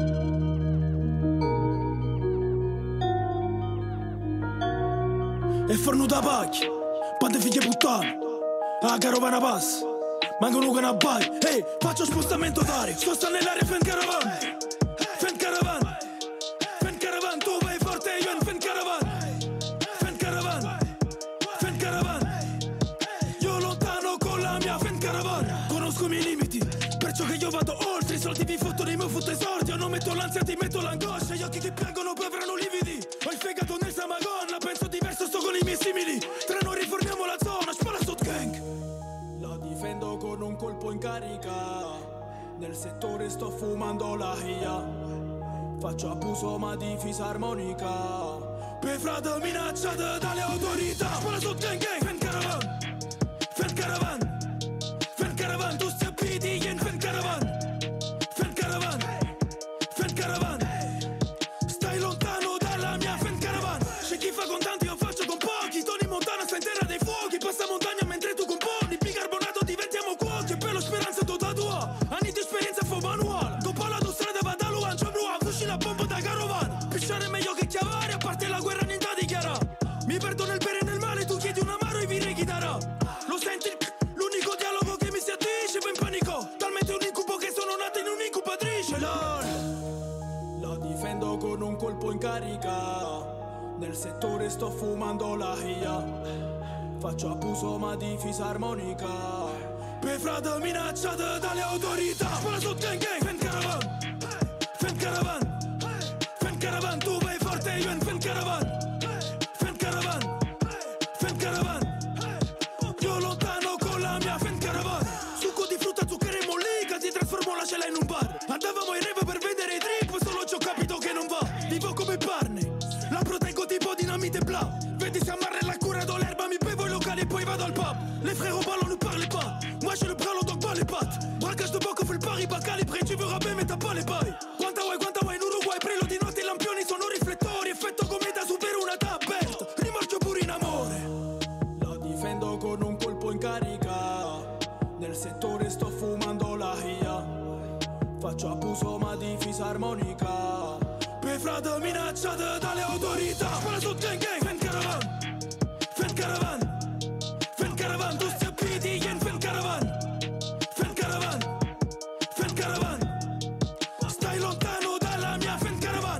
E forno da pacchi, quante figlie puttane, la carovana passa, mancano che ne abbai. Ehi, faccio spostamento d'aria, sposta nell'aria Fan Caravan. Fan Caravan, Fan Caravan, tu vai forte io in Fan Caravan. Fan Caravan, Fan Caravan, io lontano con la mia Fan Caravan. Conosco i miei limiti, perciò che io vado oltre. I soldi mi fottono, i miei fotto esordio. Non metto l'ansia, ti metto l'angoscia. Gli occhi che piangono poi avranno lividi. Ho il fegato nel Samagonna, penso diverso, sto con i miei simili. Tra noi riformiamo la zona, spara Sot Gang. La difendo con un colpo in carica. Nel settore sto fumando la hia. Faccio abuso ma di fisarmonica. Per frate minacciate dalle autorità. Spara Sot Gang Gang. Fan Caravan, Fan Caravan, Fan Caravan, tu stai abiti in Fan Caravan. Fan Caravan, Fan Caravan, stai lontano dalla mia Fan Caravan. C'è chi fa con tanti, io faccio con pochi. Tony Montana sta in terra dei fuochi. Passa montagna mentre tu componi. Bicarbonato diventiamo cuochi. E per lo speranza tutta tua. Anni di esperienza fu manuale. Dopo l'autostrada va da Luan, c'è Blue, fuci la bomba da carovana. Pisciare è meglio che chiavare, a parte la guerra niente da dichiarare. Mi perdo nel bene e nel male, tu chiedi un amaro e vi reghidarà. Lo senti? L'unico dialogo che mi si anticipa in panico. Talmente un incubo che sono nata in un'incubatrice. La difendo con un colpo in carica. Nel settore sto fumando la hia. Faccio abuso ma di fisarmonica. Per frate minacciate dalle autorità. Spara Sot Gang Gang. Fan Caravan, Fan Caravan, Fan Caravan, tu vai forte io in Fan Caravan. Fan Caravan, Fan Caravan, io lontano con la mia Fan Caravan. Succo di frutta, zucchero e mollica, ti trasformo la cella in un bar. Andavamo in rave per vendere i trip, solo ci ho capito che non va. Vivo come Barney, la proteggo tipo dinamite bla. Vedi se ammarre la cura d'erba, mi bevo i locali e poi vado al pub. Le frères ballano faccio abuso ma di fisarmonica. Per frate minacciate dalle autorità. Spara su gang gang, fan caravan, fan caravan, fan caravan. Tu stai piti in fan caravan, fan caravan, fan caravan. Stai lontano dalla mia fan caravan.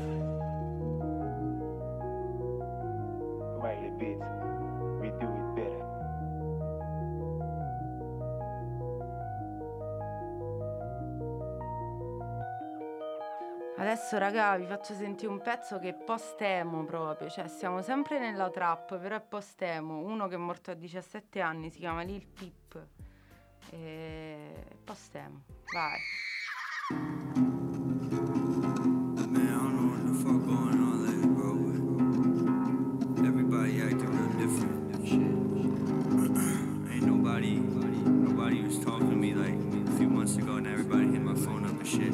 Wiley Beats, we do it better. Adesso raga vi faccio sentire un pezzo che è post-emo proprio, cioè siamo sempre nella trap, però è post-emo. Uno che è morto a 17 anni, si chiama Lil Peep, post-emo, vai. Man, I don't know what the fuck going on lately, bro. Everybody acting real different and shit. Ain't nobody was talking to me like a few months ago, and everybody hit my phone up and shit.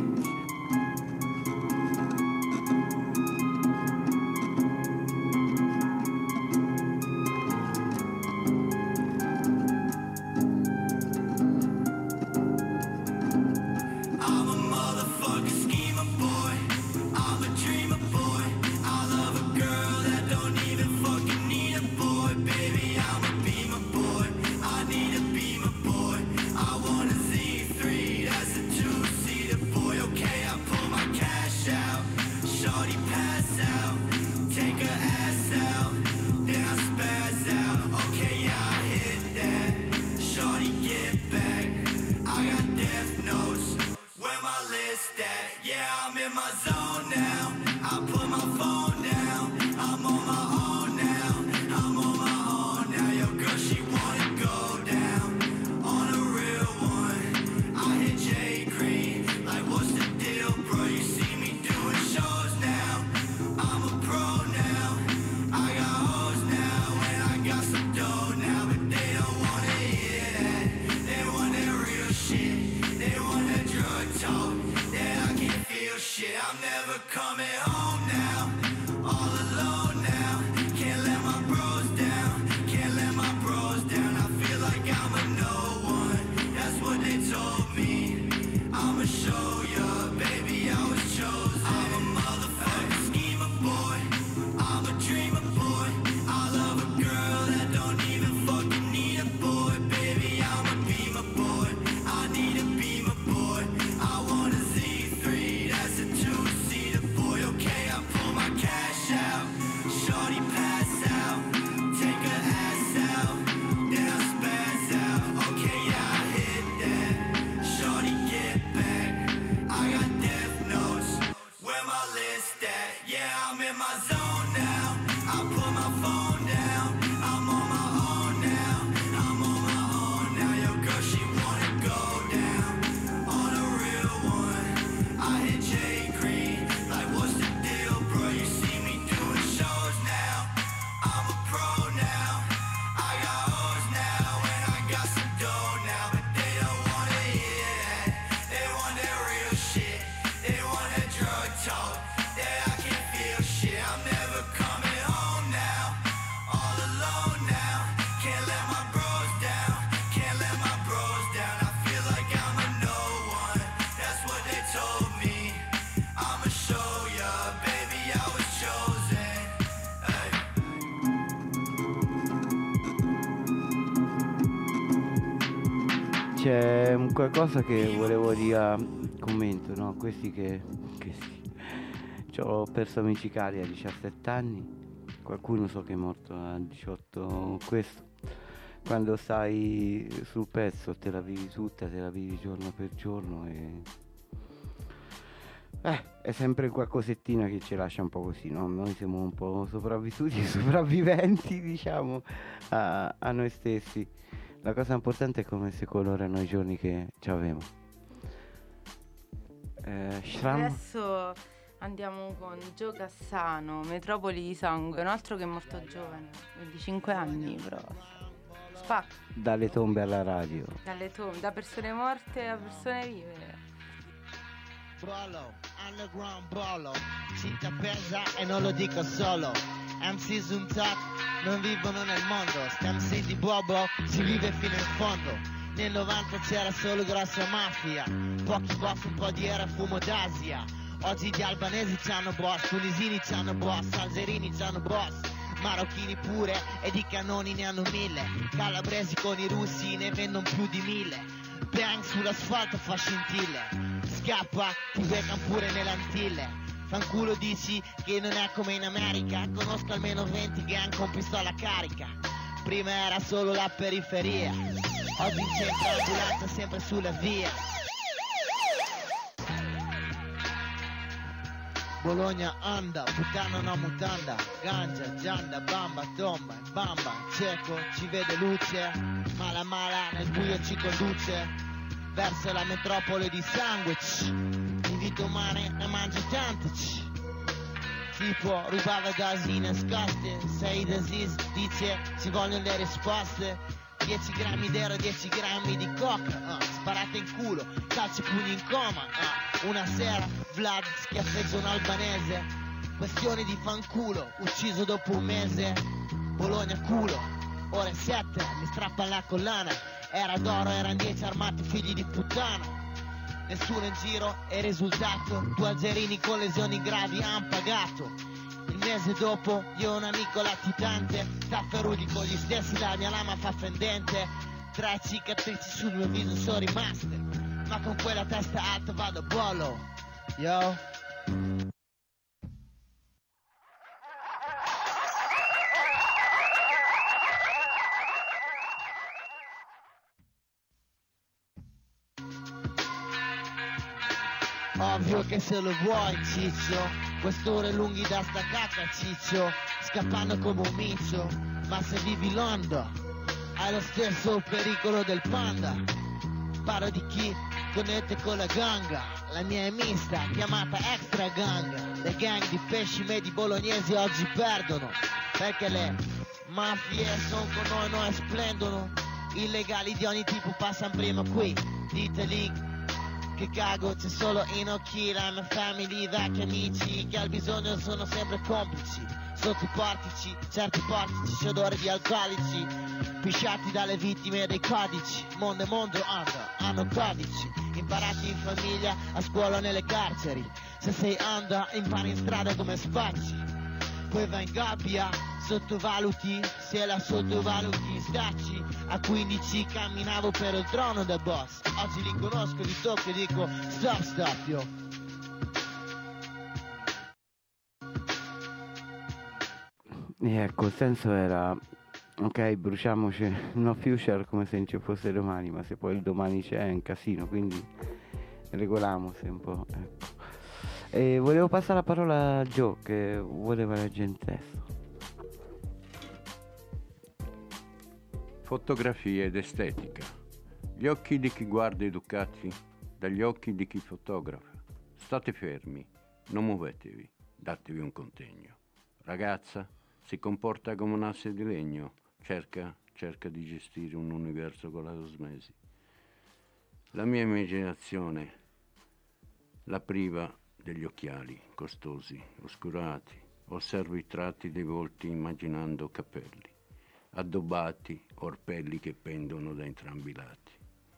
C'è qualcosa che volevo dire a commento, no? Questi che ho perso amici cari a 17 anni, qualcuno so che è morto a 18, questo. Quando stai sul pezzo te la vivi tutta, te la vivi giorno per giorno e è sempre qualcosettina che ci lascia un po' così, no? Noi siamo un po' sopravvissuti e sopravviventi, diciamo, a noi stessi. La cosa importante è come si colorano i giorni che ci avemo. Adesso andiamo con Gio Cassano, Metropoli di sangue, un altro che è morto giovane, 25 anni però. Spacca. Dalle tombe alla radio. Dalle tombe, da persone morte a persone vive. Bolo, underground bolo, cinta pesa e non lo dico solo. MCs un top, non vivono nel mondo. Sti MC di Bobo si vive fino in fondo. Nel 90 c'era solo grossa mafia, pochi boss, un po' di era fumo d'Asia. Oggi gli albanesi c'hanno boss, tunisini c'hanno boss, algerini c'hanno boss, marocchini pure, ed i cannoni ne hanno 1000. Calabresi con i russi ne vendono più di 1000. Bang sull'asfalto fa scintille, scappa, ti beccan pure nelle Antille. Fanculo dici che non è come in America, conosco almeno 20 gang con pistola carica. Prima era solo la periferia, oggi in centro l'ambulanza sempre sulla via. Bologna anda, puttana no mutanda, ganja, gianda, bamba, tomba, bamba, cieco, ci vede luce, mala nel buio ci conduce, verso la metropoli di sangue, di vite umane ne mangia tante, tipo rubava dosi nascoste, sei disease, dice ci vogliono le risposte. 10 grammi d'ero, 10 grammi di coca, sparate in culo, calci pugni in coma, una sera Vlad schiaffeggia un albanese, questione di fanculo, ucciso dopo un mese. Bologna culo, ore 7, mi strappa la collana, era d'oro, erano 10 armati figli di puttana, nessuno in giro e risultato, 2 algerini con lesioni gravi han pagato. Il mese dopo io ho un amico latitante, tafferugli con gli stessi, la mia lama fa fendente. 3 cicatrici sul mio viso sono rimaste, ma con quella testa alta vado a bollo. Yo. Ovvio che se lo vuoi ciccio, quest'ore lunghi da sta cacca ciccio, scappando come un miccio, ma se vivi Londra hai lo stesso pericolo del panda. Parlo di chi connette con la ganga, la mia è mista, chiamata extra gang. Le gang di pesci medi bolognesi oggi perdono, perché le mafie son con noi splendono. Illegali di ogni tipo passano prima qui, diteli che cago, c'è solo Inoki, la mia family, vecchi amici che al bisogno sono sempre complici. Sotto i portici, certi portici c'è odore di alcolici, pisciati dalle vittime dei codici. Mondo e mondo hanno codici, imparati in famiglia, a scuola, nelle carceri. Se sei under, impari in strada come spacci, poi vai in gabbia, sottovaluti, se la sottovaluti stacci. A 15 camminavo per il trono del boss, oggi li conosco, li tocco e dico stop yo. E ecco, il senso era ok, bruciamoci no future come se non ci fosse domani, ma se poi il domani c'è è un casino, quindi regoliamoci un po', ecco. E volevo passare la parola a Joe che voleva leggere in testo. Fotografia ed estetica. Gli occhi di chi guarda educati dagli occhi di chi fotografa. State fermi, non muovetevi, datevi un contegno. Ragazza, si comporta come un asse di legno, cerca di gestire un universo con la osmesi. La mia immaginazione la priva degli occhiali costosi, oscurati, osservo i tratti dei volti immaginando capelli, addobbati, orpelli che pendono da entrambi i lati.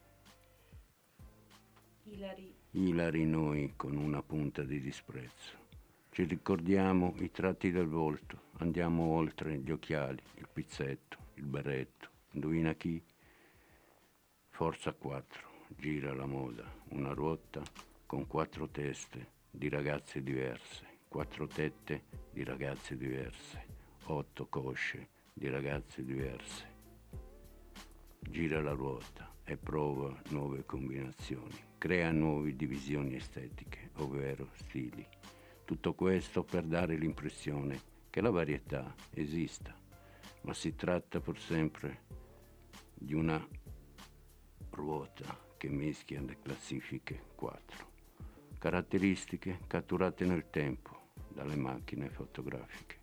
Ilari noi con una punta di disprezzo. Ci ricordiamo i tratti del volto, andiamo oltre gli occhiali, il pizzetto, il berretto. Indovina chi? Forza 4, gira la moda, una ruota con 4 teste di ragazze diverse, 4 tette di ragazze diverse, 8 cosce di ragazze diverse. Gira la ruota e prova nuove combinazioni, crea nuove divisioni estetiche, ovvero stili. Tutto questo per dare l'impressione che la varietà esista, ma si tratta pur sempre di una ruota che mischia le classifiche 4. Caratteristiche catturate nel tempo dalle macchine fotografiche.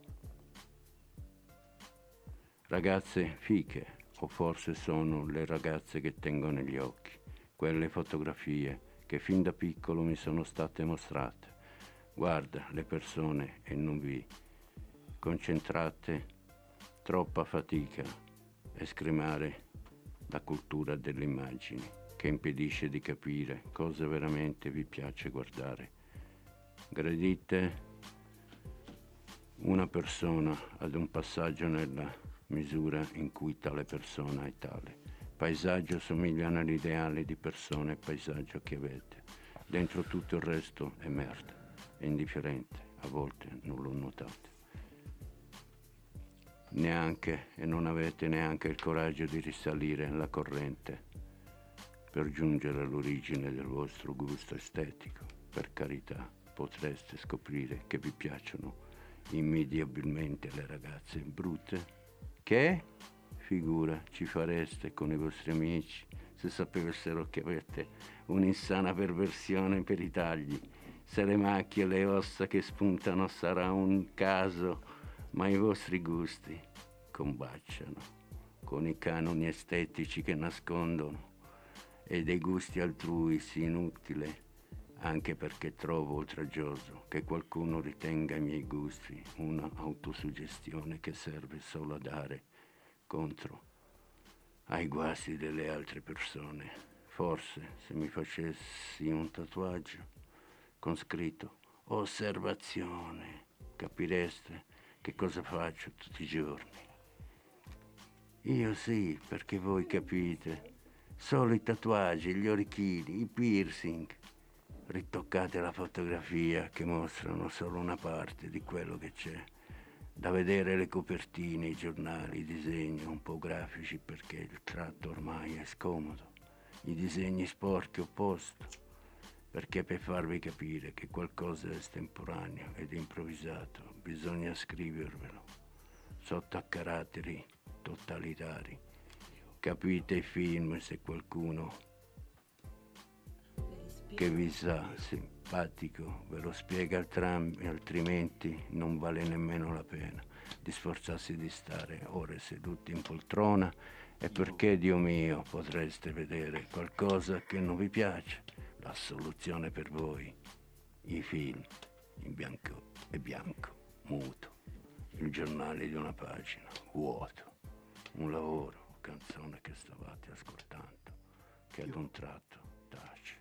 Ragazze fiche, o forse sono le ragazze che tengo negli occhi, quelle fotografie che fin da piccolo mi sono state mostrate. Guarda le persone e non vi concentrate, troppa fatica, escremare la cultura delle immagini, che impedisce di capire cosa veramente vi piace guardare. Gradite una persona ad un passaggio nella misura in cui tale persona è tale. Paesaggio somigliano all'ideale di persona e paesaggio che avete. Dentro tutto il resto è merda, è indifferente, a volte non lo notate. Neanche, e non avete neanche il coraggio di risalire la corrente per giungere all'origine del vostro gusto estetico. Per carità, potreste scoprire che vi piacciono immediabilmente le ragazze brutte. Che? Figura ci fareste con i vostri amici se sapessero che avete un'insana perversione per i tagli. Se le macchie e le ossa che spuntano sarà un caso, ma i vostri gusti combaciano con i canoni estetici che nascondono e dei gusti altrui sì inutile, anche perché trovo oltraggioso che qualcuno ritenga i miei gusti una autosuggestione che serve solo a dare contro ai guasti delle altre persone. Forse se mi facessi un tatuaggio con scritto osservazione, capireste che cosa faccio tutti i giorni. Io sì, perché voi capite. Solo i tatuaggi, gli orecchini, i piercing. Ritoccate la fotografia che mostrano solo una parte di quello che c'è. Da vedere le copertine, i giornali, i disegni un po' grafici perché il tratto ormai è scomodo. I disegni sporchi opposto, perché per farvi capire che qualcosa è estemporaneo ed improvvisato bisogna scrivervelo sotto a caratteri totalitari. Capite i film se qualcuno che vi sa simpatico ve lo spiega altrimenti non vale nemmeno la pena di sforzarsi di stare ore seduti in poltrona e perché, Dio mio, potreste vedere qualcosa che non vi piace. La soluzione per voi, i film in bianco e bianco, muto, il giornale di una pagina, vuoto, un lavoro, canzone che stavate ascoltando, che ad un tratto tace.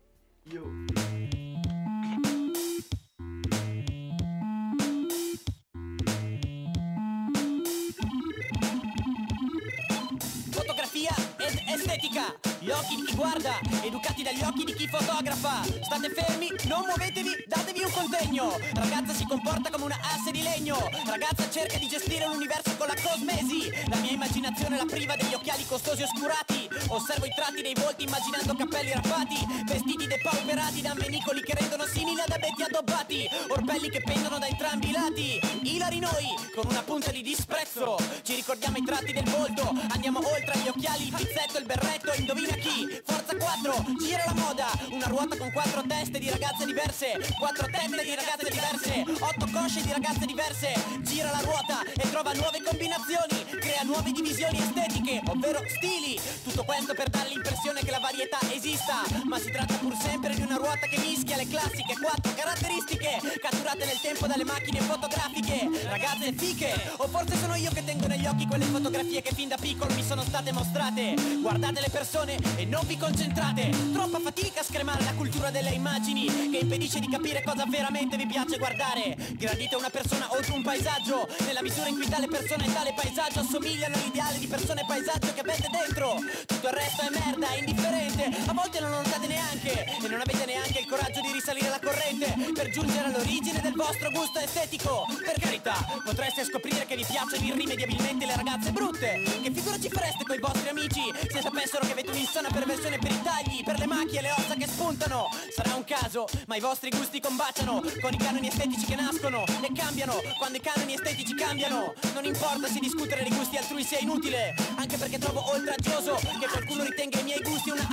Fotografia ed estetica, gli occhi di chi guarda, educati dagli occhi di chi fotografa. State fermi, non muovetevi, datevi un contegno. Ragazza si comporta come una asse di legno. Ragazza cerca di gestire l'universo con la cosmesi. La mia immaginazione la priva degli occhiali costosi oscurati. Osservo i tratti dei volti immaginando cappelli rappati, vestiti depauperati da menicoli che rendono simili ad abeti addobbati, orbelli che pendono da entrambi i lati. Ilari noi, con una punta di disprezzo, ci ricordiamo i tratti del volto. Andiamo oltre agli occhiali, il pizzetto, il berretto. Indovina chi? Forza 4, gira la moda. Una ruota con 4 teste di ragazze diverse, 4 teste di ragazze diverse, 8 cosce di ragazze diverse. Gira la ruota e trova nuove combinazioni, crea nuove divisioni estetiche, ovvero stili. Tutto questo per dare l'impressione che la varietà esista, ma si tratta pur sempre di una ruota che mischia le classiche 4 caratteristiche catturate nel tempo dalle macchine fotografiche. Ragazze fiche, o forse sono io che tengo negli occhi quelle fotografie che fin da piccolo mi sono state mostrate. Guardate le persone e non vi concentrate. Troppa fatica a scremare la cultura delle immagini che impedisce di capire cosa veramente vi piace guardare. Gradite una persona o un paesaggio nella misura in cui tale persona e tale paesaggio assomigliano all'ideale di persona e paesaggio che avete dentro. Tutto il resto è merda, è indifferente. A volte non lo notate neanche e non avete neanche il coraggio di risalire la corrente per giungere all'origine del vostro gusto estetico. Per carità, potreste scoprire che vi piacciono irrimediabilmente le ragazze brutte. Che figura ci fareste coi vostri amici se sapessero che avete un'insana perversione per i tagli, per le macchie e le ossa che spuntano? Sarà un caso, ma i vostri gusti combaciano con i canoni estetici che nascono e cambiano quando i canoni estetici cambiano. Non importa se discutere dei gusti altrui sia inutile, anche perché trovo oltraggioso che qualcuno ritenga i miei gusti una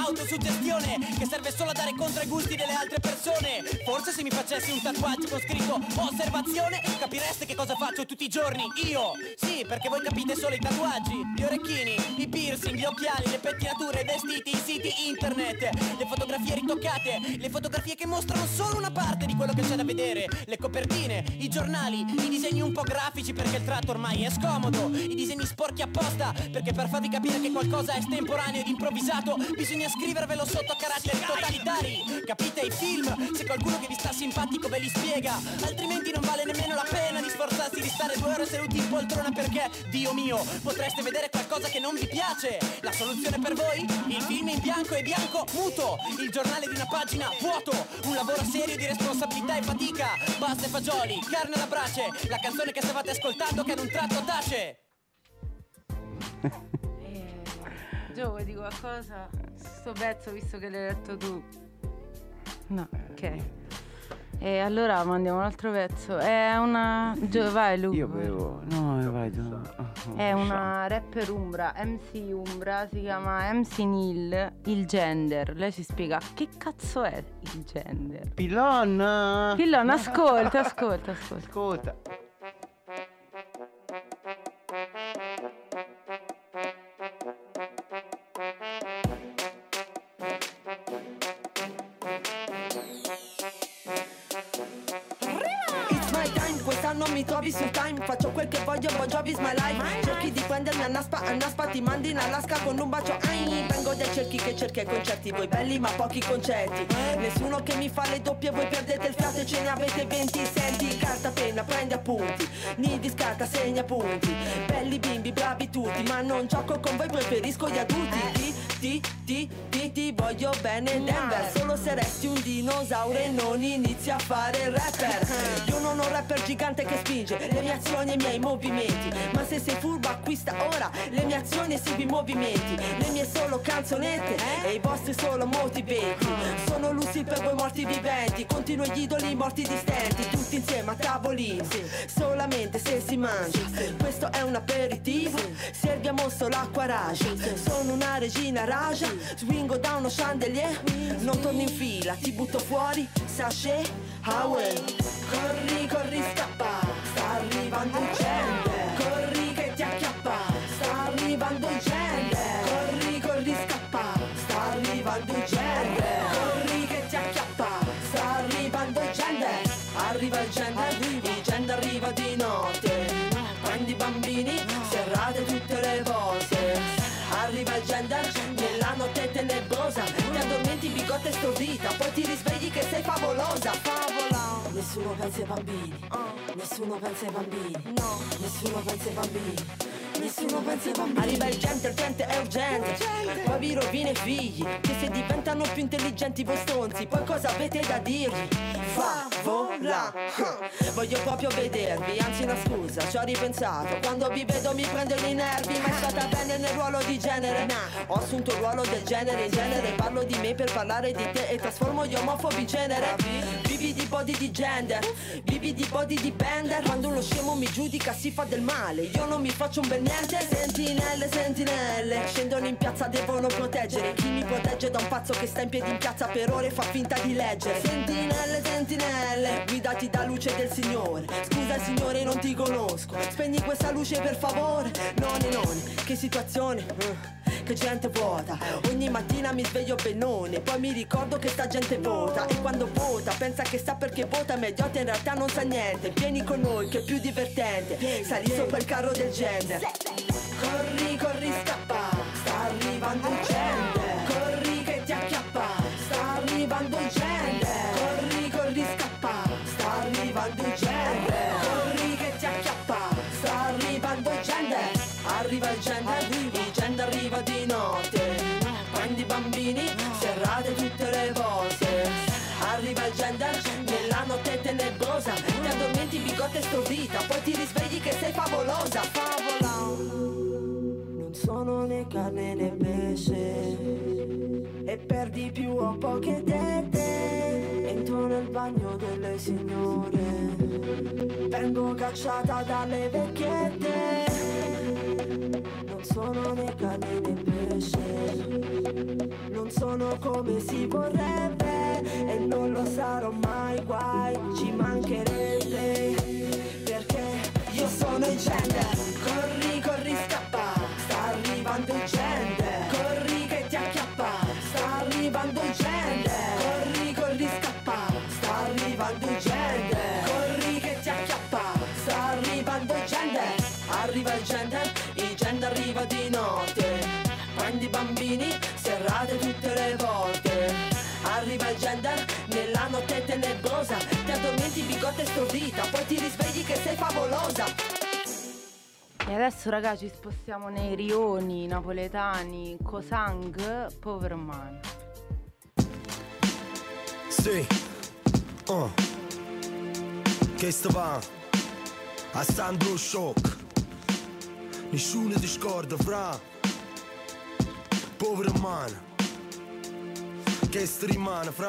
autosuggestione che serve solo a dare contro ai gusti delle altre persone. Forse se mi facessi un tatuaggio con scritto osservazione capireste che cosa faccio tutti i giorni io. Sì, perché voi capite solo i tatuaggi, gli orecchini, i piercing, gli occhiali, le pettinature, i vestiti, i siti internet, le fotografie ritoccate, le fotografie che mostrano solo una parte di quello che c'è da vedere, le copertine, i giornali, i disegni un po' grafici perché il tratto ormai è scomodo, i disegni sporchi apposta perché per farvi capire che qualcosa è estemporaneo ed improvvisato bisogna scrivervelo sotto a caratteri totalitari. Capite i film? Se qualcuno che vi sta simpatico ve li spiega, altrimenti non vale nemmeno la pena di sforzarsi di stare 2 ore seduti in poltrona perché, Dio mio, potreste vedere qualcosa che non vi piace. La soluzione per voi? Il film in bianco e bianco muto, il giornale di una pagina vuoto, un lavoro serio di responsabilità e fatica, pasta e fagioli, carne alla brace, la canzone che stavate ascoltando che ad un tratto tace. Gio, vuoi dire qualcosa? Sto pezzo, visto che l'hai letto tu. No, ok. E allora mandiamo un altro pezzo. È una... vai Lu. Io bevo. No, vai tu. È una rapper umbra, MC umbra, si chiama MC Nil, il gender. Lei ci spiega che cazzo è il gender. Pillon, ascolta. Ascolta. Non mi trovi sul time, faccio quel che voglio, Bon Jovi is my life. Cerchi di prendermi a Naspa, ti mandi in Alaska con un bacio. Vengo dai cerchi che cerchi ai concerti, voi belli ma pochi concerti. Nessuno che mi fa le doppie, voi perdete il fiato e ce ne avete 20. Senti, carta, penna, prendi appunti, Nidi scarta, segna punti. Belli bimbi, bravi tutti, ma non gioco con voi, preferisco gli adulti. Ti voglio bene Denver, solo se resti un dinosauro e non inizi a fare il rapper. Io non ho un rapper gigante che spinge le mie azioni e i miei movimenti, ma se sei furbo acquista ora le mie azioni e segui i movimenti. Le mie solo canzonette e i vostri solo motivati. Sono lucidi per voi morti viventi, continuo gli idoli morti distenti, tutti insieme a tavolini, solamente se si mangia. Questo è un aperitivo, serviamo solo acqua rage. Sono una regina raja, swingo da uno chandelier, non torno in fila, ti butto fuori, sachet, Hawaii. Corri, scappa, sta arrivando gente. Corri che ti acchiappa, sta arrivando gente. Corri, scappa, sta arrivando gente. Corri che ti acchiappa, sta arrivando gente. Arriva il gente arriva di notte. Prendi i bambini, serrate tutte le volte. Arriva il gender nella notte tenebrosa, ti addormenti bigotta stordita, poi ti risvegli che sei favolosa. Nessuno pensa ai bambini, nessuno pensa ai bambini, no, nessuno pensa ai bambini, nessuno pensa ai bambini. Arriva il gente è urgente, poi vi rovina i figli, che se diventano più intelligenti voi stronzi, poi cosa avete da dirgli? Favola, voglio proprio vedervi, anzi una scusa, ci ho ripensato, quando vi vedo mi prendono i nervi, ma è stata bene nel ruolo di genere, ho assunto il ruolo del genere, in genere parlo di me per parlare di te e trasformo gli omofobi in genere. Vivi di body di gender, vivi di body di bender, quando uno scemo mi giudica si fa del male, io non mi faccio un bel niente. Sentinelle, scendono in piazza, devono proteggere chi mi protegge da un pazzo che sta in piedi in piazza per ore e fa finta di leggere. Sentinelle, guidati da luce del Signore, scusa Signore non ti conosco, spegni questa luce per favore. Non, che situazione, che gente vuota, ogni mattina mi sveglio benone, poi mi ricordo che sta gente vota, e quando vota pensa che sa perché vota, ma idiota in realtà non sa niente. Vieni con noi che è più divertente, sali sopra il carro del gender. Corri, scappa, sta arrivando il gender. Corri che ti acchiappa, sta arrivando il gender. Corri, scappa, sta arrivando il gender. Corri che ti acchiappa, sta arrivando il gender. Arriva il gender arriva di notte. Prendi i bambini, serrate tutte le volte. Arriva il gender nella notte tenebrosa, ti addormenti bigotta stordita, poi ti risvegli che sei favolosa. Non sono né carne né pesce, e per di più ho poche tette. Entro nel bagno delle signore, vengo cacciata dalle vecchiette. Non sono né carne né pesce, non sono come si vorrebbe, e non lo sarò mai, guai, ci mancherebbe. gente. Corri, corri, scappa, sta arrivando gente. Corri che ti acchiappa, sta arrivando gente. Corri, corri, scappa, sta arrivando gente. Corri che ti acchiappa, sta arrivando gente. Arriva il gente arriva di notte. Prendi i bambini, serrate tutte le volte. Arriva il gender nella notte tenebrosa. Ti addormenti bigotta stordita, poi ti risvegli che sei favolosa. E adesso ragazzi ci spostiamo nei rioni napoletani. Cosang, povero man. Sì, che sta va a Sandro Shock. Nessuno ti scorda fra povero man. Che sta rimane fra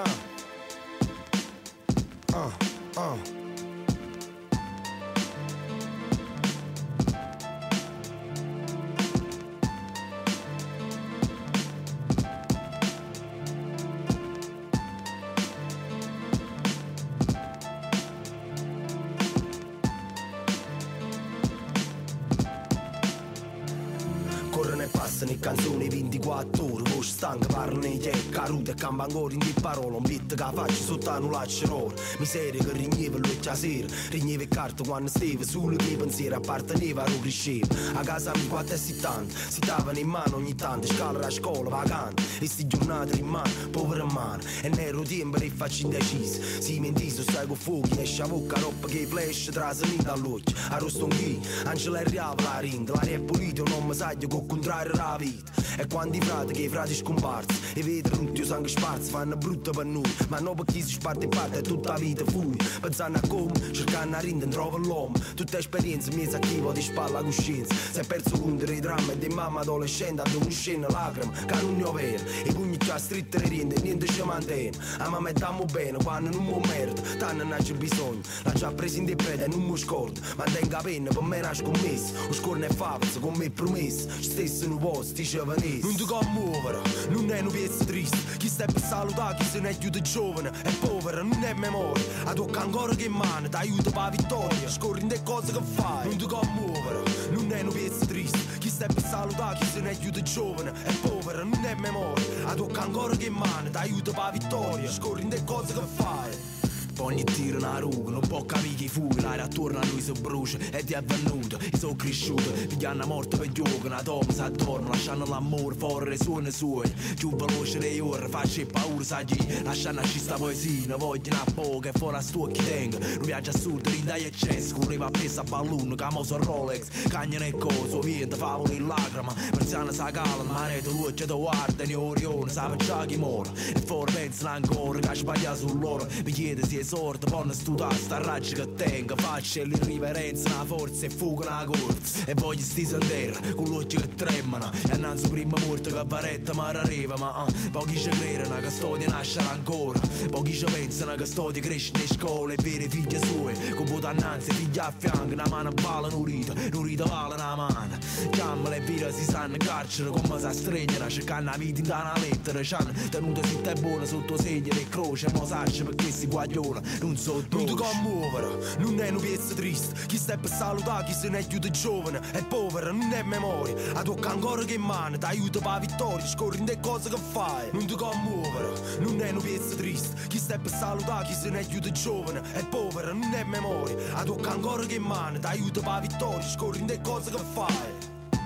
passano canzoni 24 ore, voce stanca, parlano in chiacca, caruta e campa ancora in di parole, un beat che faccio sotto a nullaccio l'ora, miseria che rigneva l'occhia sera, rigneva il carto quando stava, solo che pensiero apparteneva a cresceva, a casa mi 4,70, si davano in mano ogni tanto, scala a scuola, vacante, e sti giornate in mano, povera mano, e nero tempo e faccio indeciso, si mentiso, sai con fuochi, esce a bocca, roba che flash, trasami dall'occhio, a rostonchi, Angela è reale la rinda, l'aria è pulita, non mi sa che con contrario la vita, e quando i frati che i frati scomparsi, e vedono tutti i sangue sparsi, fanno brutto per noi, ma non per chi si sparte in parte, è tutta la vita fuori, pensando a come, cercando a rindere, trova l'uomo, tutta esperienza, mi sa chi di spalla la coscienza, si è perso contro i drammi di mamma adolescente, ad una scena lacrima, che non ne ho vero, e pugni già stritte le rinde, niente ci mantiene, a mamma dammo bene, quando non mi merda, tanto non c'è bisogno, l'ha già preso in preda e non mi scordo, ma tenga pena, per me nasce commesso, lo scorno è favola, con me promesso, stesso non posso, diceva Ness, non ti commuovere, non è una piezza triste, chi stai per salutare, chi se ne aiuta giovane, è povera, non è memoria, a tocca ancora che mano, ti aiuta per la vittoria, scorri in te cose che fai, non ti commuovere, non è una piezza triste, chi stai per salutare, chi se ne aiuta giovane, è povera, non è memoria, a tocca ancora che mano, ti aiuta per la vittoria, scorri in te cose che fai. Ogni tiro una ruga, non può capire chi fu, l'aria attorno a lui si brucia e ti è venuto, e sono cresciuto, pigliando morte per gioco, una donna si addorma, lasciando l'amore fuori le suone sue, più veloce dei ore, faccio paura, sai chi, lasciando a sta poesia, ne voglio una poca e fuori a sto chi tengo, non viaggio assurdo, rinda e eccesso, correva appeso a ballone, camoso Rolex, cagna e coso, vento, favole in lacrima, persiana sa calma, maretto luce da guarda, ne orione, sa già chi muore, e fuori pensano ancora, che sbaglia sull'oro, mi chiede se sorte, poi studiare sta raggio che tengo, faccio l'irriverenza, una forza e fuga una corsa, e voglio sti sendere, con l'occhio che tremano, e annanzi prima morte che varetta mi arriva, ma pochi ci credono che sto di nascere ancora, pochi ci pensano che sto di crescere in scuola, e vere figlie sue, con puto annanzi, figli a fianco, una mano balla non ride vale una mano, chiamala e vira si stanno in carcere, come si stregano, cercando la vita in una lettera, ci hanno tenuto zitta e buona sotto segno e croce, mo sacce perché si guagliona, non so non ti commuovere, non è una piezza triste, chi stai per salutare, chi se ne aiuta giovane, è povera, non è memoria, a tocca ancora che mano, ti aiuta per la vittoria, scorri in te cose che fai, non ti commuovere, non è una piezza triste, chi stai per salutare, chi se ne aiuta giovane, è povera, non è memoria, a tocca ancora che mano, ti aiuta per la vittoria, scorri in te cose che fai.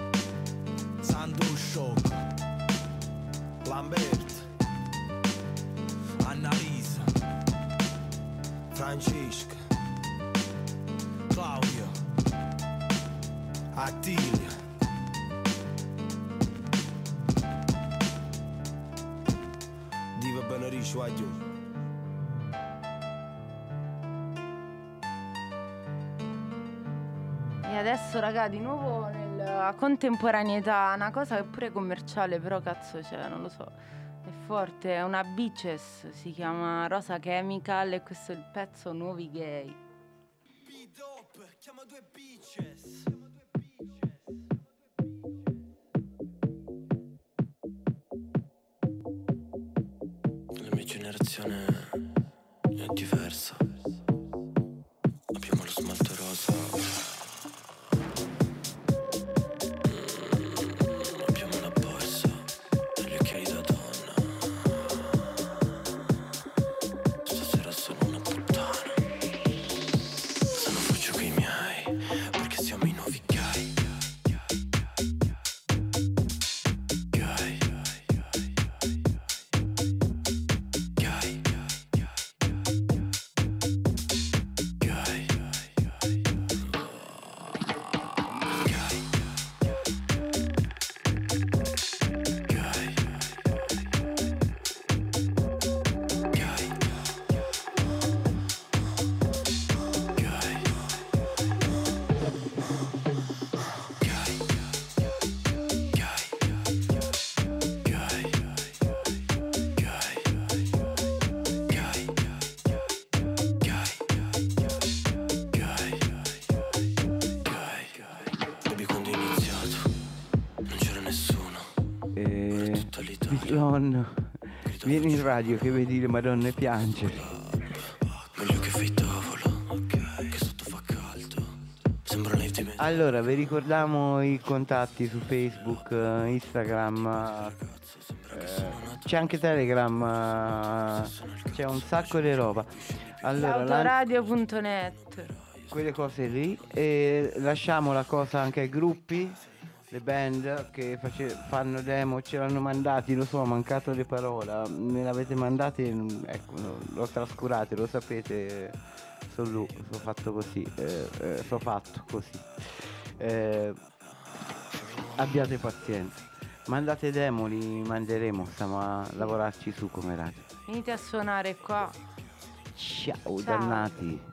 Sandro Shock, Lambert, Annalisa, Francesca, Claudia, Attilia, Diva Benaricio Aglio. E adesso raga di nuovo nella contemporaneità, una cosa che pure è commerciale, però cazzo c'è, non lo so, è forte, è una Beaches, si chiama Rosa Chemical e questo è il pezzo Nuovi Gay. Chiama due Beaches. La mia generazione è diversa. Abbiamo lo smalto rosa Babylon, vieni in radio che vedi le madonne piangere. Meglio che fai tavolo, ok, che sotto fa caldo. Sembra un live di Allora, vi ricordiamo i contatti su Facebook, Instagram, c'è anche Telegram, c'è un sacco di roba. Allora, Autoradio.net, quelle cose lì, e lasciamo la cosa anche ai gruppi, le band che fanno demo, ce l'hanno mandati, lo so, ho mancato le parole, me l'avete mandati, ecco, l'ho trascurate, lo sapete, sono fatto così, abbiate pazienza, mandate demo, li manderemo, stiamo a lavorarci su come radio. venite a suonare qua. Ciao. Dannati.